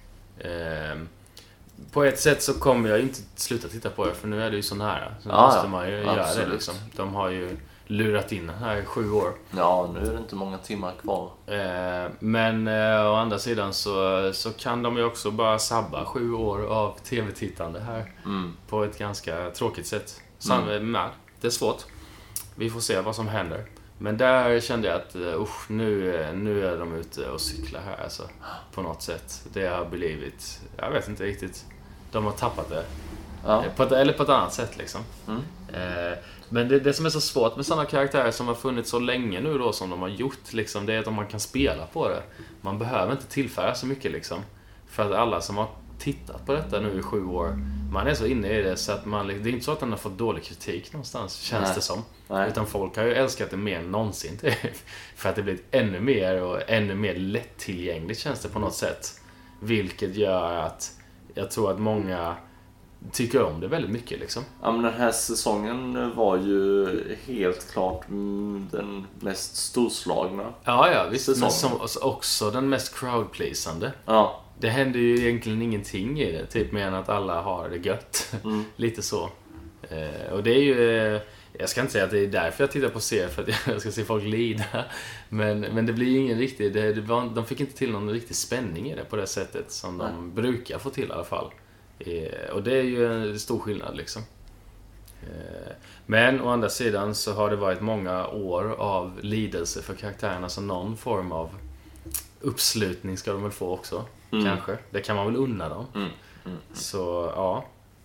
På ett sätt så kommer jag inte sluta titta på det, för nu är det ju så nära. Så måste man ju göra det, liksom. De har ju lurat in här i 7 år. Ja, nu är det inte många timmar kvar. Men å andra sidan så kan de ju också bara sabba 7 år av tv-tittande här på ett ganska tråkigt sätt. Det är svårt. Vi får se vad som händer. Men där kände jag att nu är de ute och cyklar här, alltså, på något sätt. Det har blivit, jag vet inte riktigt. De har tappat det. Ja. På ett annat sätt, liksom. Men det som är så svårt med sådana karaktärer som har funnits så länge nu då, som de har gjort, liksom, det är att man kan spela på det. Man behöver inte tillföra så mycket, liksom. För att alla som har tittat på detta nu i 7 år, man är så inne i det så att det är inte så att den har fått dålig kritik någonstans, känns det som. Nej. Utan folk har ju älskat det mer än någonsin. För att det blivit ännu mer och ännu mer lättillgängligt, känns det på något sätt. Vilket gör att jag tror att många tycker om det väldigt mycket, liksom. Ja, men den här säsongen var ju helt klart den mest storslagna. Ja, visst. Men också den mest crowdpleasande. Ja. Det händer ju egentligen ingenting i det, typ mer än att alla har det gött. Lite så. Och det är ju... Jag ska inte säga att det är därför jag tittar på serier, för att jag ska se folk lida. Men det blir ingen riktig... De fick inte till någon riktig spänning i det på det sättet som de brukar få till i alla fall. Och det är ju en stor skillnad, liksom. Men å andra sidan så har det varit många år av lidelse för karaktärerna, så någon form av uppslutning ska de väl få också. Kanske. Det kan man väl unna dem. Så ja.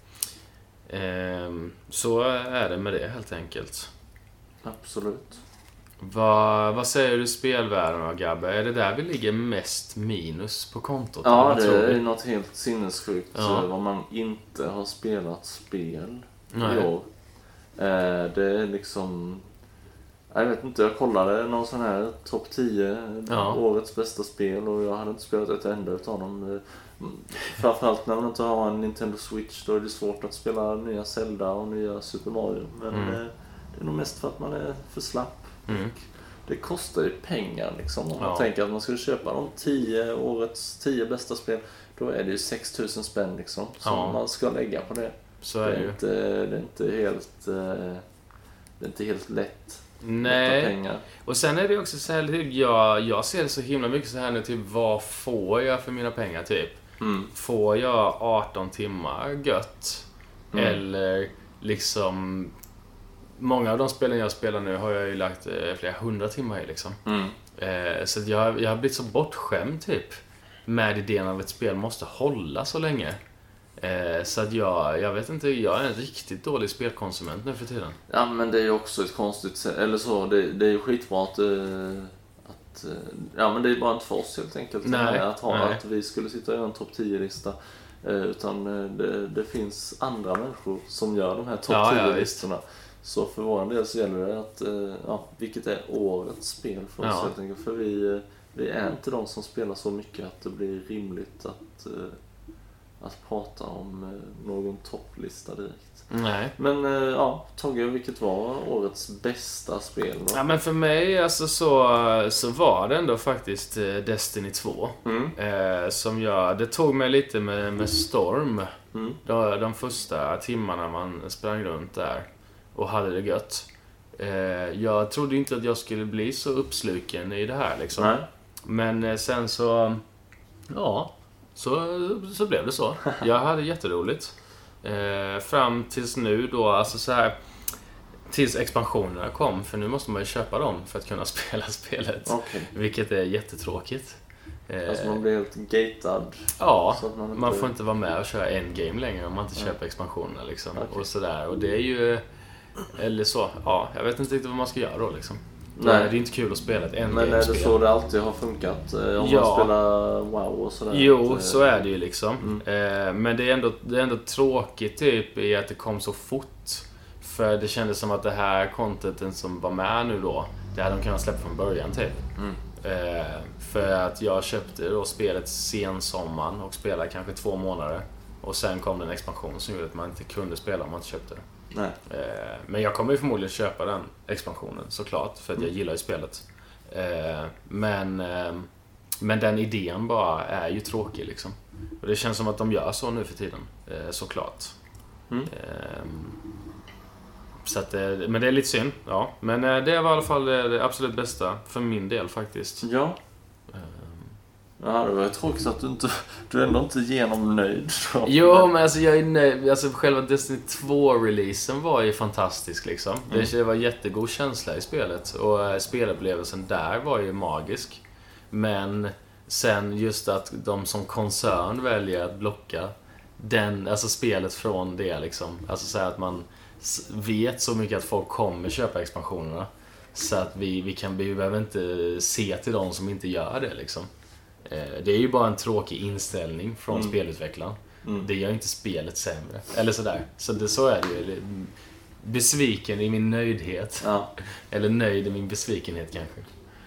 Så är det med det, helt enkelt. Absolut. Vad säger du spelvärlden då, Gabbe? Är det där vi ligger mest minus på kontot? Ja, det är något helt sinnessjukt. Vad man inte har spelat spel i år. Det är liksom... Jag vet inte, jag kollade någon sån här topp 10 årets bästa spel, och jag hade inte spelat ett enda utav dem. Framförallt när man inte har en Nintendo Switch, då är det svårt att spela nya Zelda och nya Super Mario. Men det är nog mest för att man är för slapp. Det kostar ju pengar, liksom. Om man tänker att man skulle köpa de 10 årets 10 bästa spel, då är det ju 6 000 spänn, liksom, som man ska lägga på det. Så är det är inte helt lätt. Nej, pengar. Och sen är det också så här, jag ser det så himla mycket så här nu, typ, vad får jag för mina pengar, typ? Får jag 18 timmar gött? Eller liksom, många av de spelen jag spelar nu har jag ju lagt flera 100 timmar i, liksom. Så jag har blivit så bortskämd, typ, med idén av att ett spel måste hålla så länge. Så att jag vet inte, jag är en riktigt dålig spelkonsument nu för tiden. Ja, men det är ju också ett konstigt sätt, eller så, det är ju skitbra att ja, men det är bara inte för oss, helt enkelt. Att vi skulle sitta och göra en topp 10-lista, utan det finns andra människor som gör de här topp 10-listorna. Så för vår del så gäller det att vilket är årets spel för oss, helt enkelt. För vi är inte de som spelar så mycket att det blir rimligt att prata om någon topplista direkt. Nej. Men Togge, vilket var årets bästa spel då? Ja, men för mig alltså, så var det ändå faktiskt Destiny 2. Som det tog mig lite med storm. De första timmarna man sprang runt där och hade det gött. Jag trodde inte att jag skulle bli så uppsluken i det här, liksom. Nej. Men sen så så blev det så. Jag hade jätteroligt. Fram tills nu då, alltså så här, tills expansionerna kom, för nu måste man ju köpa dem för att kunna spela spelet. Okay. Vilket är jättetråkigt. Alltså man blir helt gatad. Ja, så att man får inte vara med och köra endgame längre om man inte köper expansionerna, liksom. Okay. Och sådär. Och det är ju Eller så, ja, jag vet inte riktigt vad man ska göra då liksom. Nej. Det är inte kul att spela ett Men är det så det alltid har funkat? Om man spelar WoW och sådär? Jo, så är det ju liksom. Men det är ändå tråkigt typ i att det kom så fort. För det kändes som att det här contenten som var med nu då, det hade de kunnat släppa från början typ. För att jag köpte då spelet sensommaren och spelade kanske 2 månader. Och sen kom det en expansion som gjorde att man inte kunde spela om man inte köpte det. Nej. Men jag kommer ju förmodligen köpa den expansionen såklart, för att jag gillar ju spelet. Men den idén bara är ju tråkig liksom. Och det känns som att de gör så nu för tiden, såklart. Så att, men det är lite synd, ja. Men det var i alla fall det absolut bästa för min del faktiskt. Ja. Ja, det var ju tråkigt att du är ändå inte genomnöjd. Jo, men alltså jag är nöjd. Alltså själva Destiny 2-releasen var ju fantastisk liksom. Det var jättegod känsla i spelet. Och spelupplevelsen där var ju magisk. Men sen just att de som koncern väljer att blocka alltså spelet från det liksom. Alltså så här att man vet så mycket att folk kommer köpa expansionerna. Så att vi behöver inte se till de som inte gör det liksom. Det är ju bara en tråkig inställning från spelutvecklaren. Det gör inte spelet sämre. Eller sådär. Så är det ju. Besviken i min nöjdhet. Ja. Eller nöjd i min besvikenhet kanske.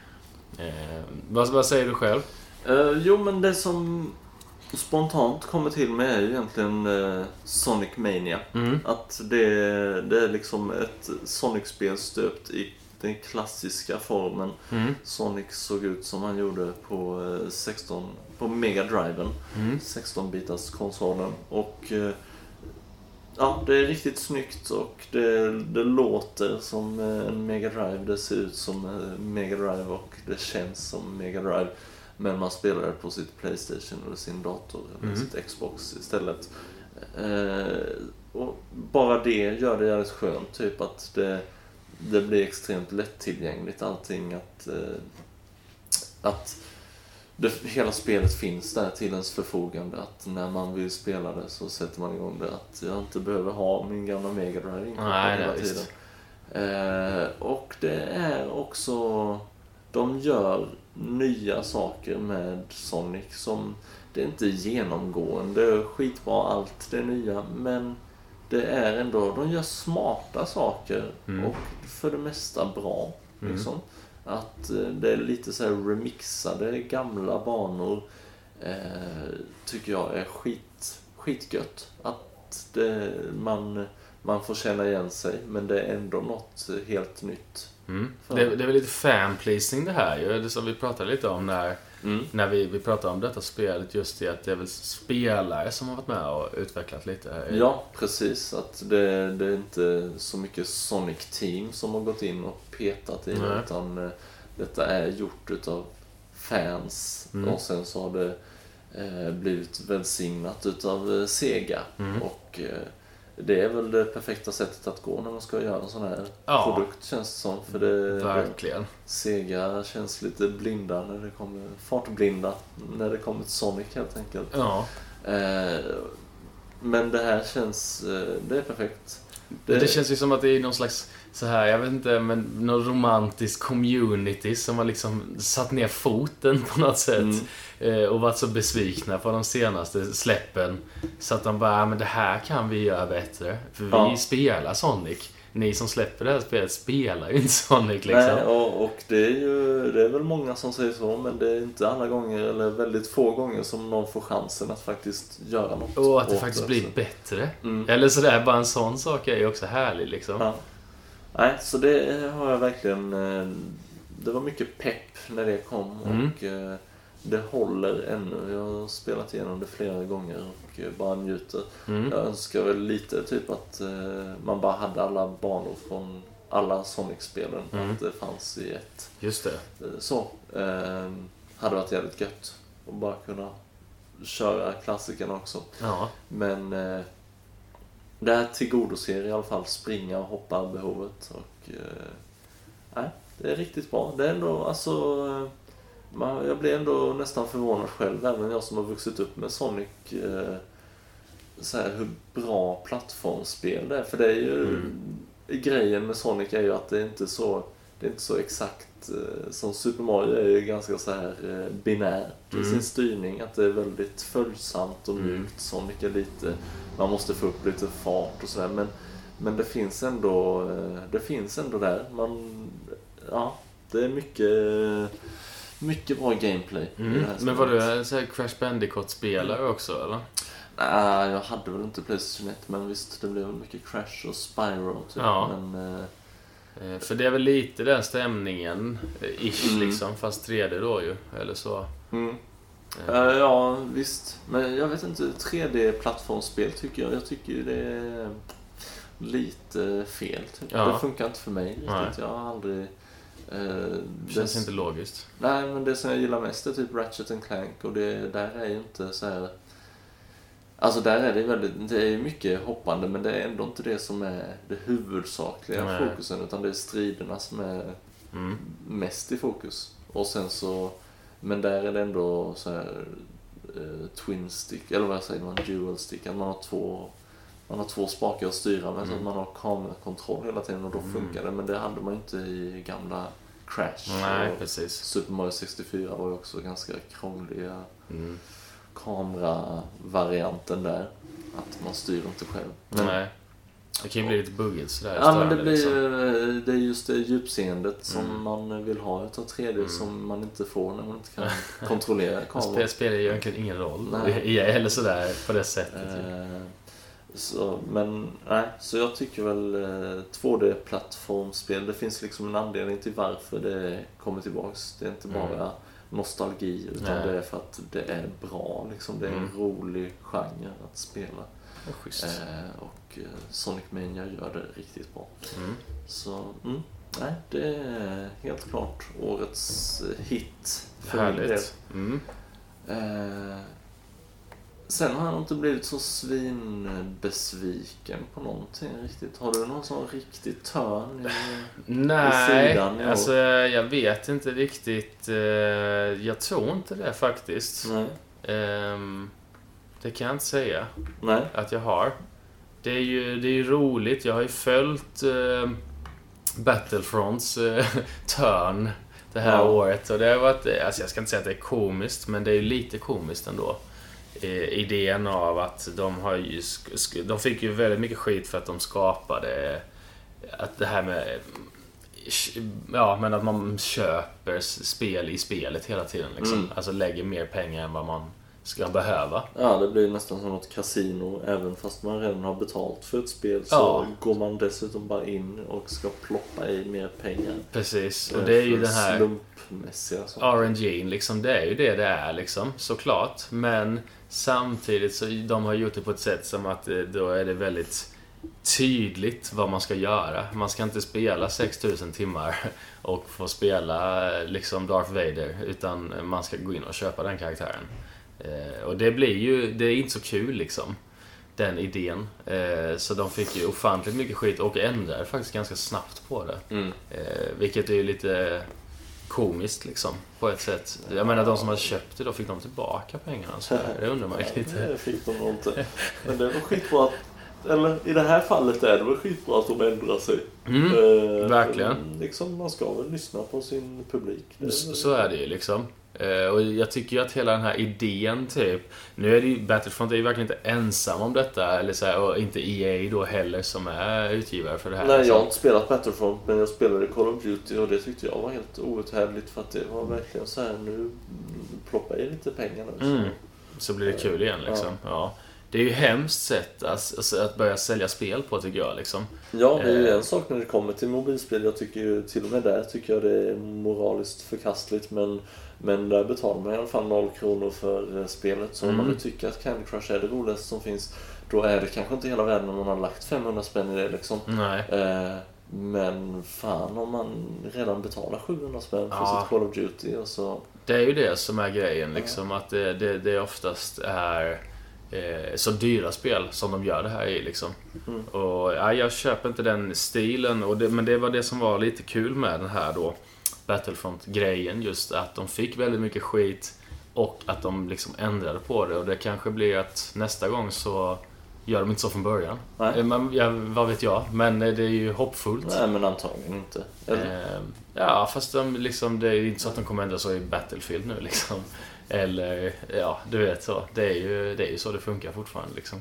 Vad säger du själv? Jo, men det som spontant kommer till mig är ju egentligen Sonic Mania. Att det är liksom ett Sonic-spel stöpt i den klassiska formen. Sonic såg ut som han gjorde på Mega Driven, 16-bitars konsolen. Och ja, det är riktigt snyggt och det låter som en Mega Drive, det ser ut som en Mega Drive och det känns som Mega Drive. Men man spelar det på sitt PlayStation eller sin dator eller sitt Xbox istället. Och bara det gör det jävligt skönt, typ att det blir extremt lättillgängligt allting, att hela spelet finns där till ens förfogande, att när man vill spela det så sätter man igång det, att jag inte behöver ha min gamla Mega Drive hela tiden. Och det är också, de gör nya saker med Sonic som det är inte genomgående, det är skitbra allt det nya, men det är ändå, de gör smarta saker och för det mesta bra liksom. Att det är lite så här remixade gamla banor tycker jag är skitgött. Att man får känna igen sig, men det är ändå något helt nytt. Det är väl lite fanpleasing det här ju, det som vi pratade lite om när vi pratade om detta spelet, just det att det är väl spelare som har varit med och utvecklat lite. Ja, precis. Att det är inte så mycket Sonic Team som har gått in och petat i det, utan detta är gjort utav fans och sen så har det blivit välsignat utav Sega och det är väl det perfekta sättet att gå när man ska göra en sån här produkt, känns det som. För verkligen. Sega känns lite blinda när det kommer, fartblinda när det kommer till Sonic helt enkelt. Ja. Men det här känns, det är perfekt. Det känns ju som att det är någon slags så här, jag vet inte, men någon romantisk community som har liksom satt ner foten på något sätt och varit så besvikna på de senaste släppen, så att de bara, men det här kan vi göra bättre, för vi spelar Sonic. Ni som släpper det här spelet spelar ju inte Sonic liksom. Nej, och det är väl många som säger så, men det är inte alla gånger eller väldigt få gånger som någon får chansen att faktiskt göra något. Och att det faktiskt blir bättre. Eller sådär, bara en sån sak är ju också härlig liksom. Ja. Nej, så det har jag verkligen, det var mycket pepp när det kom och det håller ännu. Jag har spelat igenom det flera gånger och bara njuter. Jag önskar väl lite typ att man bara hade alla banor från alla Sonic-spelen, att det fanns i ett. Just det. Så hade varit jävligt gött att bara kunna köra klassikerna också. Ja. Men det här tillgodoser i alla fall springa och hoppa behovet och nej, det är riktigt bra. Det är ändå, alltså jag blir ändå nästan förvånad själv, även jag som har vuxit upp med Sonic, så här, hur bra plattformsspel det är. För det är ju grejen med Sonic är ju att det är inte så exakt som Super Mario är ju ganska så här binärt i sin styrning, att det är väldigt följsamt och mjukt. Sonic är lite, man måste få upp lite fart och sådär, men det finns ändå där. Det är mycket bra gameplay i det här. Men var du en sån här Crash Bandicoot-spelare också, eller? Nej, jag hade väl inte PlayStation 1, men visst, det blev väl mycket Crash och Spyro typ. Ja. Men, för det är väl lite den stämningen liksom, fast 3D då ju, eller så. Ja, visst. Men jag vet inte, 3D-plattformsspel tycker jag tycker ju det är lite fel typ. Ja. Det funkar inte för mig riktigt. Nej. Jag har aldrig Känns inte logiskt. Nej, men det som jag gillar mest är typ Ratchet & Clank, och där är ju inte så här. Alltså där är det är mycket hoppande, men det är ändå inte det som är det huvudsakliga fokusen, utan det är striderna som är mest i fokus. Och sen så, men där är det ändå så här twin stick, eller vad säger man, dual stick, att man har två spakar att styra med, så att man har kamerakontroll hela tiden, och då funkar det. Men det hade man inte i gamla Crash. Nej, precis. Super Mario 64 var ju också ganska krångliga kameravarianten där, att man styr inte själv. Nej. Det kan ju bli lite buggigt sådär. Ja, men det är just det djupseendet som man vill ha utav 3D som man inte får när man inte kan kontrollera kameran. Det spelar ju egentligen ingen roll. Eller sådär på det sättet. Så jag tycker väl 2D-plattformspel, det finns liksom en anledning till varför det kommer tillbaks. Det är inte bara nostalgi, utan det är för att det är bra liksom. Det är en rolig genre att spela. Och Sonic Mania gör det riktigt bra. Så det är helt klart årets hit för min del. Sen har jag inte blivit så svinbesviken på någonting riktigt. Har du någon sån riktigt törn i sidan? Alltså jag vet inte riktigt. Jag tror inte det faktiskt. Det kan jag inte säga att jag har. Det är ju roligt. Jag har ju följt Battlefronts törn det här året. Och det har varit, alltså jag ska inte säga att det är komiskt, men det är ju lite komiskt ändå. Idén av att de fick ju väldigt mycket skit för att de skapade att det här med men att man köper spel i spelet hela tiden liksom. Alltså lägger mer pengar än vad man ska behöva. Ja, det blir nästan som något kasino. Även fast man redan har betalt för ett spel, så går man dessutom bara in och ska ploppa i mer pengar. Precis, och det är ju den här slumpmässiga RNG liksom, det är ju det är liksom, såklart. Men samtidigt så de har gjort det på ett sätt som att då är det väldigt tydligt vad man ska göra. Man ska inte spela 6000 timmar och få spela liksom Darth Vader, utan man ska gå in och köpa den karaktären. Och det är inte så kul liksom, den idén. Så de fick ju ofantligt mycket skit och ändrade faktiskt ganska snabbt på det. Vilket är ju lite komiskt liksom, på ett sätt. Jag menar, de som hade köpt det, då fick de tillbaka pengarna. Så det undrar man lite. Det fick de nog inte. Men det var skitbra att, eller i det här fallet är det väl skitbra att de ändrar sig. Verkligen. Liksom, man ska väl lyssna på sin publik. Så är det ju liksom. Och jag tycker ju att hela den här idén typ, nu är det ju, Battlefront är ju verkligen inte ensam om detta, eller så här, och inte EA då heller som är utgivare för det här. Nej, jag har inte spelat Battlefront, men jag spelade Call of Duty, och det tyckte jag var helt outhärdligt, för att det var verkligen så här, nu ploppar i lite pengar nu. Så blir det kul igen liksom. Ja. Det är ju hemskt sätt att börja sälja spel på, tycker jag liksom. Ja, det är ju en sak när det kommer till mobilspel. Jag tycker ju till och med där tycker jag det är moraliskt förkastligt, men där betalar man i alla fall 0 kronor för spelet. Så om man nu tycker att Candy Crush är det roligaste som finns, då är det kanske inte hela världen om man har lagt 500 spänn i det liksom. Nej. Men fan, om man redan betalar 700 spänn för sitt Call of Duty och så... Det är ju det som är grejen liksom, att det oftast är så dyra spel som de gör det här i liksom. Och jag köper inte den stilen, men det var det som var lite kul med den här då Battlefront-grejen, just att de fick väldigt mycket skit och att de liksom ändrade på det, och det kanske blir att nästa gång så gör de inte så från början. Nej. Men, vad vet jag. Men det är ju hoppfullt. Nej, men antagligen inte. Ja, fast det är inte så att de kommer ändra så i Battlefield nu liksom. Eller, ja, du vet så. Det är ju så det funkar fortfarande liksom.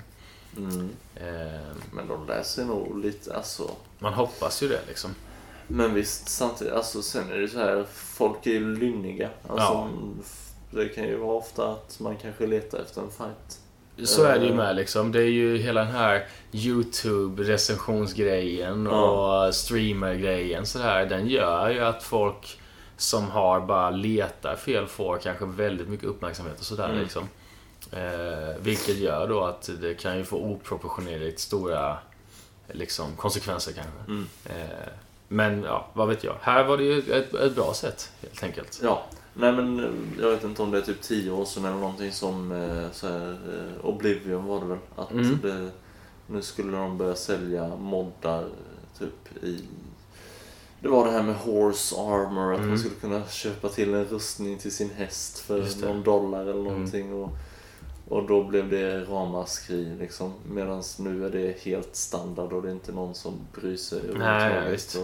Men de läser nog lite, alltså. Man hoppas ju det liksom. Men visst, samtidigt, alltså sen är det så här, folk är ju lynniga. Alltså, det kan ju vara ofta att man kanske letar efter en fight. Så är det ju med liksom. Det är ju hela den här YouTube-recensionsgrejen och streamer-grejen sådär. Den gör ju att folk som har bara letar fel får kanske väldigt mycket uppmärksamhet och sådär liksom. Vilket gör då att det kan ju få oproportionerligt stora liksom, konsekvenser kanske. Men ja, vad vet jag. Här var det ju ett bra sätt helt enkelt. Ja, nej men jag vet inte om det är typ 10 år sedan eller någonting som så här, Oblivion var det väl. Att nu skulle de börja sälja moddar typ i... Det var det här med horse armor, att man skulle kunna köpa till en rustning till sin häst för någon dollar eller någonting. Och då blev det ramaskri liksom. Medan nu är det helt standard och det är inte någon som bryr sig överhuvudtaget.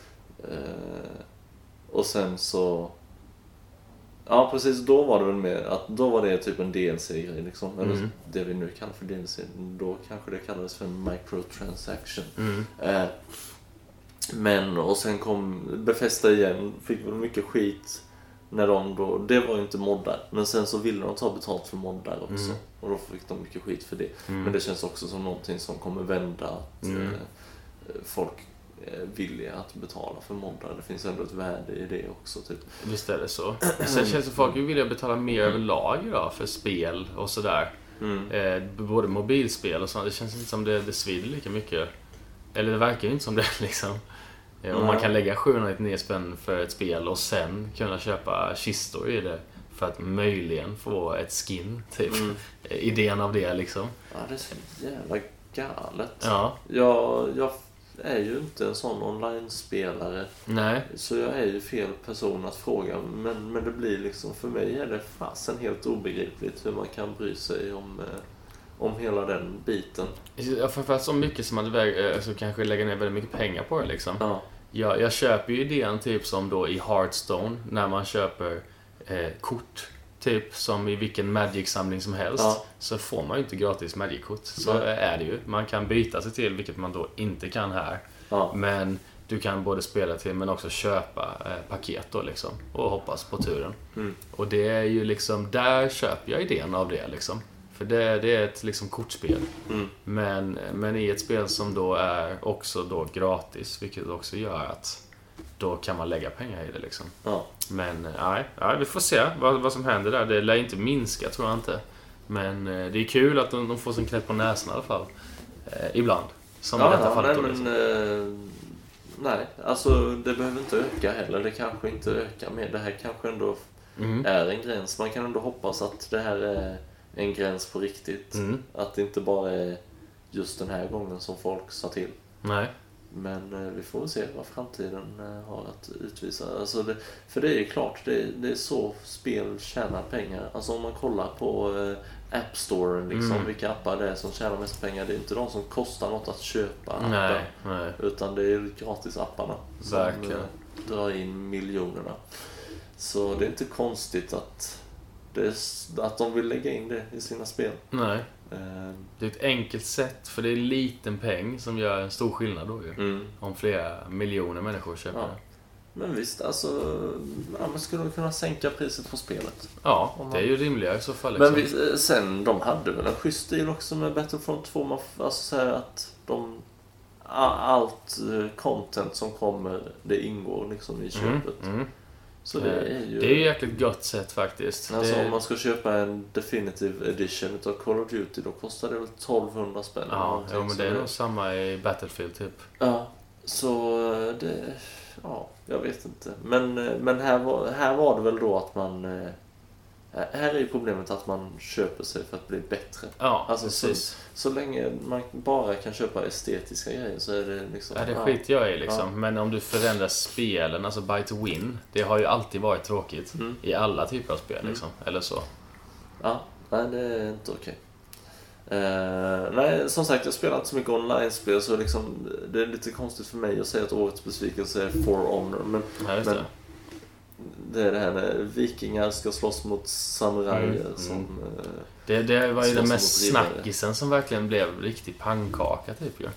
Och sen så... Ja, precis. Då var det väl mer att då var det typ en DLC-grej liksom. Eller det vi nu kallar för DLC. Då kanske det kallades för en microtransaction. Men, och sen kom Bethesda igen, fick väl mycket skit när de då, det var ju inte moddar, men sen så ville de ta betalt för moddar också, och då fick de mycket skit för det. Men det känns också som någonting som kommer vända, att folk är villiga att betala för moddar. Det finns ändå ett värde i det också typ. Visst är det så. Sen känns det som folk vilja betala mer överlag då, för spel och sådär. Både mobilspel och sånt. Det känns inte som det svider lika mycket. Eller det verkar ju inte som det liksom. Om man kan lägga 799 spänn för ett spel och sen kunna köpa kistor i det för att möjligen få ett skin typ. Idén av det liksom. Ja, det är så jävla galet. Ja. Jag är ju inte en sån online-spelare. Nej. Så jag är ju fel person att fråga. Men det blir liksom, för mig är det fasen helt obegripligt hur man kan bry sig om hela den biten. Ja, framförallt så mycket som man alltså, kanske lägger ner väldigt mycket pengar på det liksom. Ja. Jag köper ju idén typ som då i Hearthstone när man köper kort typ som i vilken Magic-samling som helst, så får man ju inte gratis Magic-kort. Så är det ju. Man kan byta sig till, vilket man då inte kan här. Men du kan både spela till men också köpa paket då liksom och hoppas på turen. Och det är ju liksom, där köper jag idén av det liksom. För det är ett liksom kortspel. Men i ett spel som då är också då gratis, vilket också gör att då kan man lägga pengar i det liksom. Men nej, vi får se vad som händer där. Det lär inte minska, tror jag inte. Men det är kul att de får sin knäpp på näsan i alla fall. Ibland. Som i detta fallet. Nej, alltså det behöver inte öka heller. Det kanske inte ökar mer. Det här kanske ändå är en gräns. Man kan ändå hoppas att det här är en gräns på riktigt. Att det inte bara är just den här gången som folk sa till. Nej. Men vi får se vad framtiden har att utvisa. Alltså för det är klart, det är så spel tjänar pengar. Alltså om man kollar på App Store liksom, vilka appar det är som tjänar mest pengar. Det är inte de som kostar något att köpa appar. Nej. Utan det är gratis-apparna som drar in miljonerna. Så det är inte konstigt att de vill lägga in det i sina spel. Nej. Det är ett enkelt sätt, för det är en liten peng som gör en stor skillnad då ju. Om flera miljoner människor köper det. Men visst, alltså man skulle kunna sänka priset på spelet. Ja, det är ju rimligare i så fall liksom. Men sen, de hade väl en schysst stil också med Battlefront 2. Alltså säga att allt content som kommer, det ingår liksom i köpet. Så det är ju jäkligt gott sätt faktiskt. Alltså om man ska köpa en Definitive Edition av Call of Duty, då kostar det väl 1200 spänn. Ja, men det är nog samma i Battlefield typ. Ja, så det... Ja, jag vet inte. Men här var det väl då att man... Här är ju problemet att man köper sig för att bli bättre. Ja, alltså precis. Så länge man bara kan köpa estetiska grejer så är det liksom... Ja, det skit jag i liksom. Ja. Men om du förändrar spelen, alltså buy to win, det har ju alltid varit tråkigt i alla typer av spel liksom. Eller så. Ja, nej det är inte okej. Nej, som sagt, jag spelar inte så mycket online-spel, så liksom, det är lite konstigt för mig att säga att årets besvikelse är For Honor. Men det är det här när vikingar ska slåss mot samurajer som... Det var ju den mest snackisen som verkligen blev riktigt pannkaka typ ju.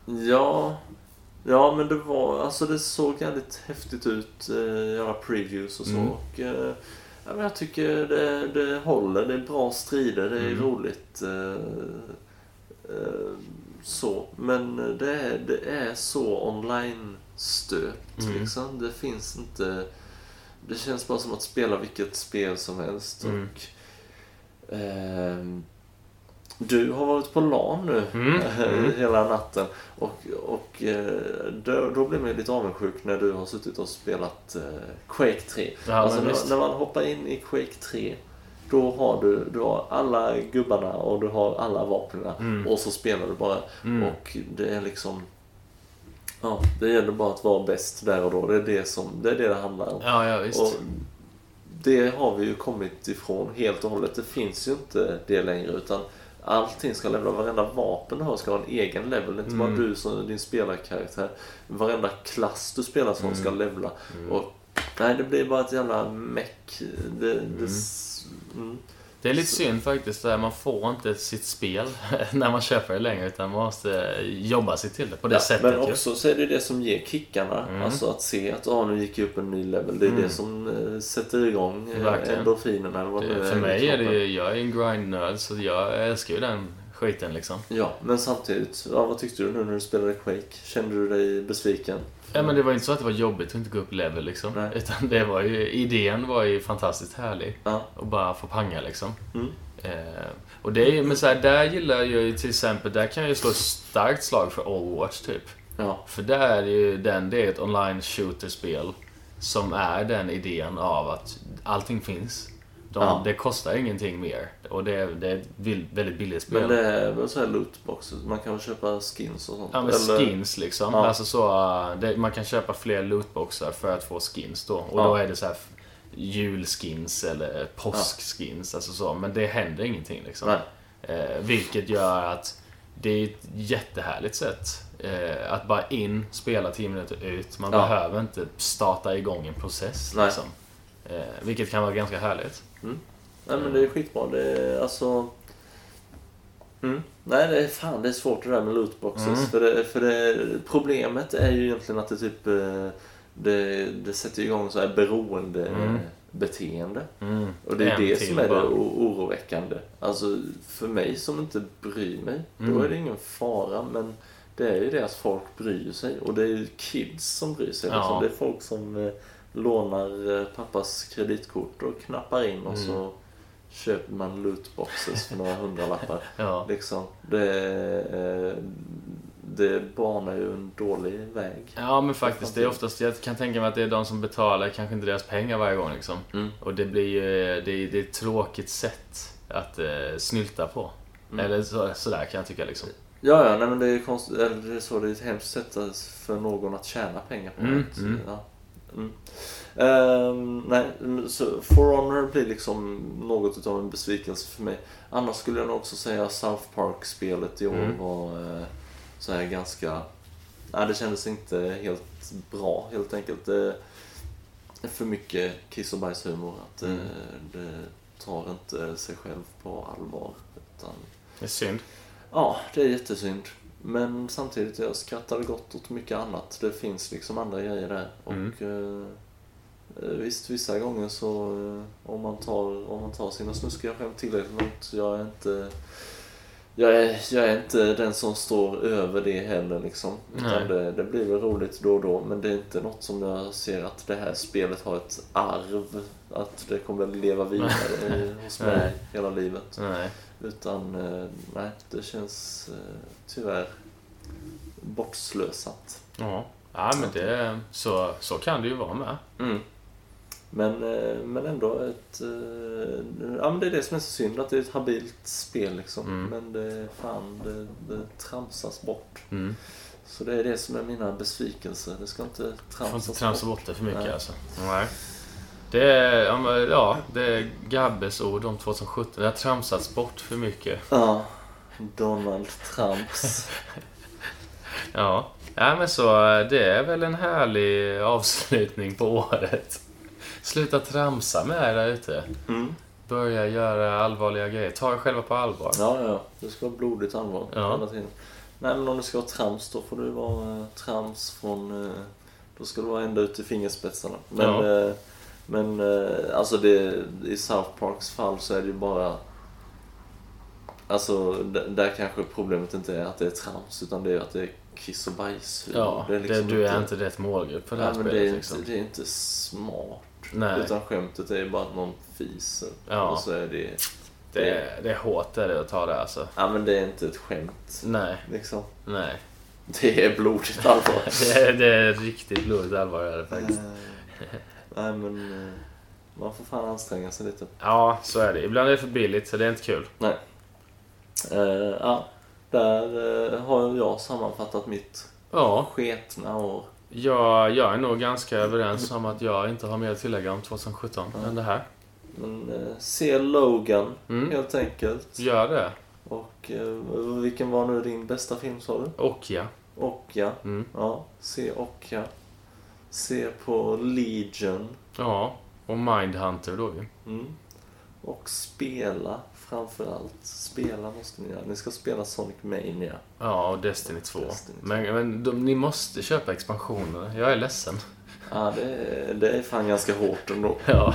Ja, men det var, alltså det såg jävligt häftigt ut, göra previews och så. Och men jag tycker det håller, det är bra strider, det är roligt. Så, men det är så online-stöpt liksom. Det finns inte... Det känns bara som att spela vilket spel som helst. Och du har varit på LAN nu hela natten. Och då blir man lite avundsjuk när du har suttit och spelat Quake 3. Ja, alltså när man hoppar in i Quake 3, då har du har alla gubbarna och du har alla vapnen och så spelar du bara. Och det är liksom... Ja, det gäller bara att vara bäst där och då. Det är det handlar om. Ja, visst. Och det har vi ju kommit ifrån helt och hållet. Det finns ju inte det längre, utan allting ska levla. Varenda vapen du har ska ha en egen level. Inte bara du som din spelarkaraktär. Varenda klass du spelar som ska levla. Och nej, det blir bara ett jävla meck. Det är lite synd faktiskt, där man får inte sitt spel när man köper det längre, utan man måste jobba sig till det på det sättet. Men också så är det som ger kickarna, alltså att se att nu gick jag upp en ny level. Det är det som sätter igång endorfinerna. Eller vad för mig är det, jag är en grind-nörd, så jag älskar ju den skiten liksom. Ja, men samtidigt, vad tyckte du nu när du spelade Quake? Kände du dig besviken? Ja, men det var inte så att det var jobbigt att inte gå upp level liksom. Nej. Utan det var ju, idén var ju fantastiskt härlig. Och bara få panga liksom. Och det är, men så här, där gillar jag ju till exempel, där kan jag ju slå ett starkt slag för Overwatch typ. Ja. För där är det ju det är ett online shooter-spel som är den idén av att allting finns. Det kostar ingenting mer. Och det är ett väldigt billigt spel. Men det är väl så här lootboxes. Man kan köpa skins och sånt. Ja, men skins liksom. Ja. Alltså så, man kan köpa fler lootboxar för att få skins då. Och då är det så här julskins eller påskskins. Alltså så. Men det händer ingenting liksom. Vilket gör att det är ett jättehärligt sätt. Att bara spela 10 minuter ut. Man behöver inte starta igång en process liksom. Vilket kan vara ganska härligt. Nej, men det är skitbra. Det är alltså... Nej, det är svårt det där med lootboxes. För problemet är ju egentligen att det typ... Det sätter igång så här beroendebeteende. Och det är det som är det oroväckande. Alltså, för mig som inte bryr mig, då är det ingen fara. Men det är ju det att folk bryr sig. Och det är ju kids som bryr sig. Liksom. Det är folk som... lånar pappas kreditkort och knappar in och så köper man lootboxes för några 100-lappar. Liksom. Det banar ju en dålig väg. Ja, men faktiskt, det är oftast, jag kan tänka mig att det är de som betalar kanske inte deras pengar varje gång liksom. Och det blir ju, det är ett tråkigt sätt att snylta på. Eller sådär kan jag tycka liksom. Ja, nej, men det är konstigt, eller det är så, det är ett hemskt sätt för någon att tjäna pengar på det. Nej, så For Honor blir liksom något av en besvikelse för mig. Annars skulle jag nog också säga South Park-spelet i år var så här ganska... Nej, det kändes inte helt bra, helt enkelt. Det är för mycket kiss och bajshumor att det tar inte sig själv på allvar. Utan... Det är synd. Ja, det är jättesynd. Men samtidigt, jag skrattade gott åt mycket annat. Det finns liksom andra grejer där. Och visst, vissa gånger så om man tar sina snuskiga skämt tillräckligt långt, jag är inte den som står över det heller liksom. Utan det blir väl roligt då och då, men det är inte något som jag ser att det här spelet har ett arv, att det kommer att leva vidare hos mig hela livet. Utan nej, det känns tyvärr bortslösat. Ja, men det så kan det ju vara med. Men ändå men det är det som är så synd, att det är ett habilt spel liksom. Men det tramsas bort. Så det är det som är mina besvikelser. Det ska inte tramsa bort det för mycket alltså. Nej. Det är Gabbes ord om 2017. Det har tramsats bort för mycket. Ja. Donald Trumps. Ja, men så det är väl en härlig avslutning på året. Sluta tramsa med er där ute. Börja göra allvarliga grejer. Ta er själva på allvar. Ja. Det ska vara blodigt allvar. Ja. Hela tiden. Nej, men om det ska vara trams, då får det vara trams från... Då ska det vara ända ut i fingerspetsarna. Men alltså i South Parks fall så är det ju bara... Alltså, där kanske problemet inte är att det är trams, utan det är att det är kiss och bajs. Ja, det är liksom du är inte rätt målgrupp för det här men spelet. det är inte smart. Nej. Utan skämtet är ju bara att någon fiser. Ja. Och så är det är hårt är det att ta det alltså. Ja, men det är inte ett skämt. Nej. Liksom. Nej. Det är blodigt allvar. det är riktigt blodigt allvar är det faktiskt. Nej, men man får fan anstränga sig lite. Ja, så är det. Ibland är det för billigt så det är inte kul. Nej. Där har jag sammanfattat mitt sketna år. Jag är nog ganska överens om att jag inte har mer att tillägga om 2017 än det här. Men se Logan helt enkelt. Gör det. Och vilken var nu din bästa film, sa du? Okja. Ja, se Okja. Se på Legion. Ja, och Mindhunter då ju. Och spela framförallt. Spela måste ni göra. Ni ska spela Sonic Mania. Ja, och Destiny 2. Men ni måste köpa expansioner. Jag är ledsen. Ja, det är fan ganska hårt ändå. Ja.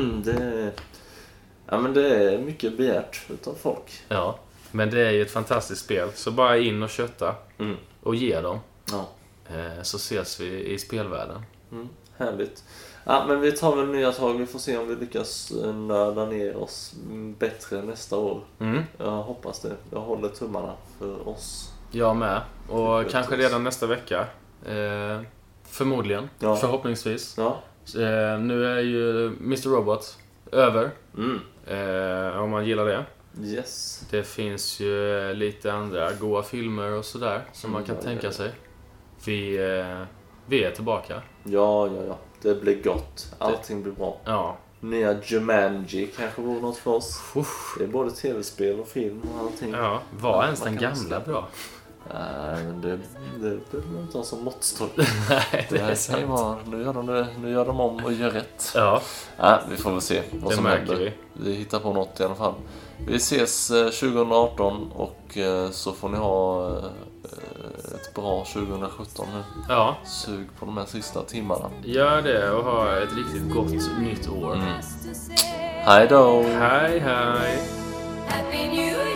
Men det är mycket begärt utav folk. Ja, men det är ju ett fantastiskt spel. Så bara in och kötta. Och ge dem. Ja. Så ses vi i spelvärlden. Härligt. Ja, men vi tar väl nya tag. Vi får se om vi lyckas nörda ner oss bättre nästa år. Jag hoppas det. Jag håller tummarna för oss. Jag med. Och kanske redan nästa vecka. Förmodligen. Ja. Förhoppningsvis. Ja. Nu är ju Mr. Robot över. Om man gillar det. Yes. Det finns ju lite andra goda filmer och sådär som man kan tänka sig. Vi är tillbaka. Ja. Det blir gott. Allting blir bra. Ja. Nya Jumanji kanske vore något för oss. Det är både tv-spel och film och allting. Ja, var ens den gamla bra? Nej, men det behöver man inte ha som måttstock. Nej, det är sant. Nu gör de om och gör rätt. Ja. Vi får väl se vad som märker händer. Vi hittar på något i alla fall. Vi ses 2018 och så får ni ha ett bra 2017 nu. Ja. Sug på de här sista timmarna. Gör det och ha ett riktigt gott nytt år. Hej då! Hej. Happy New Year.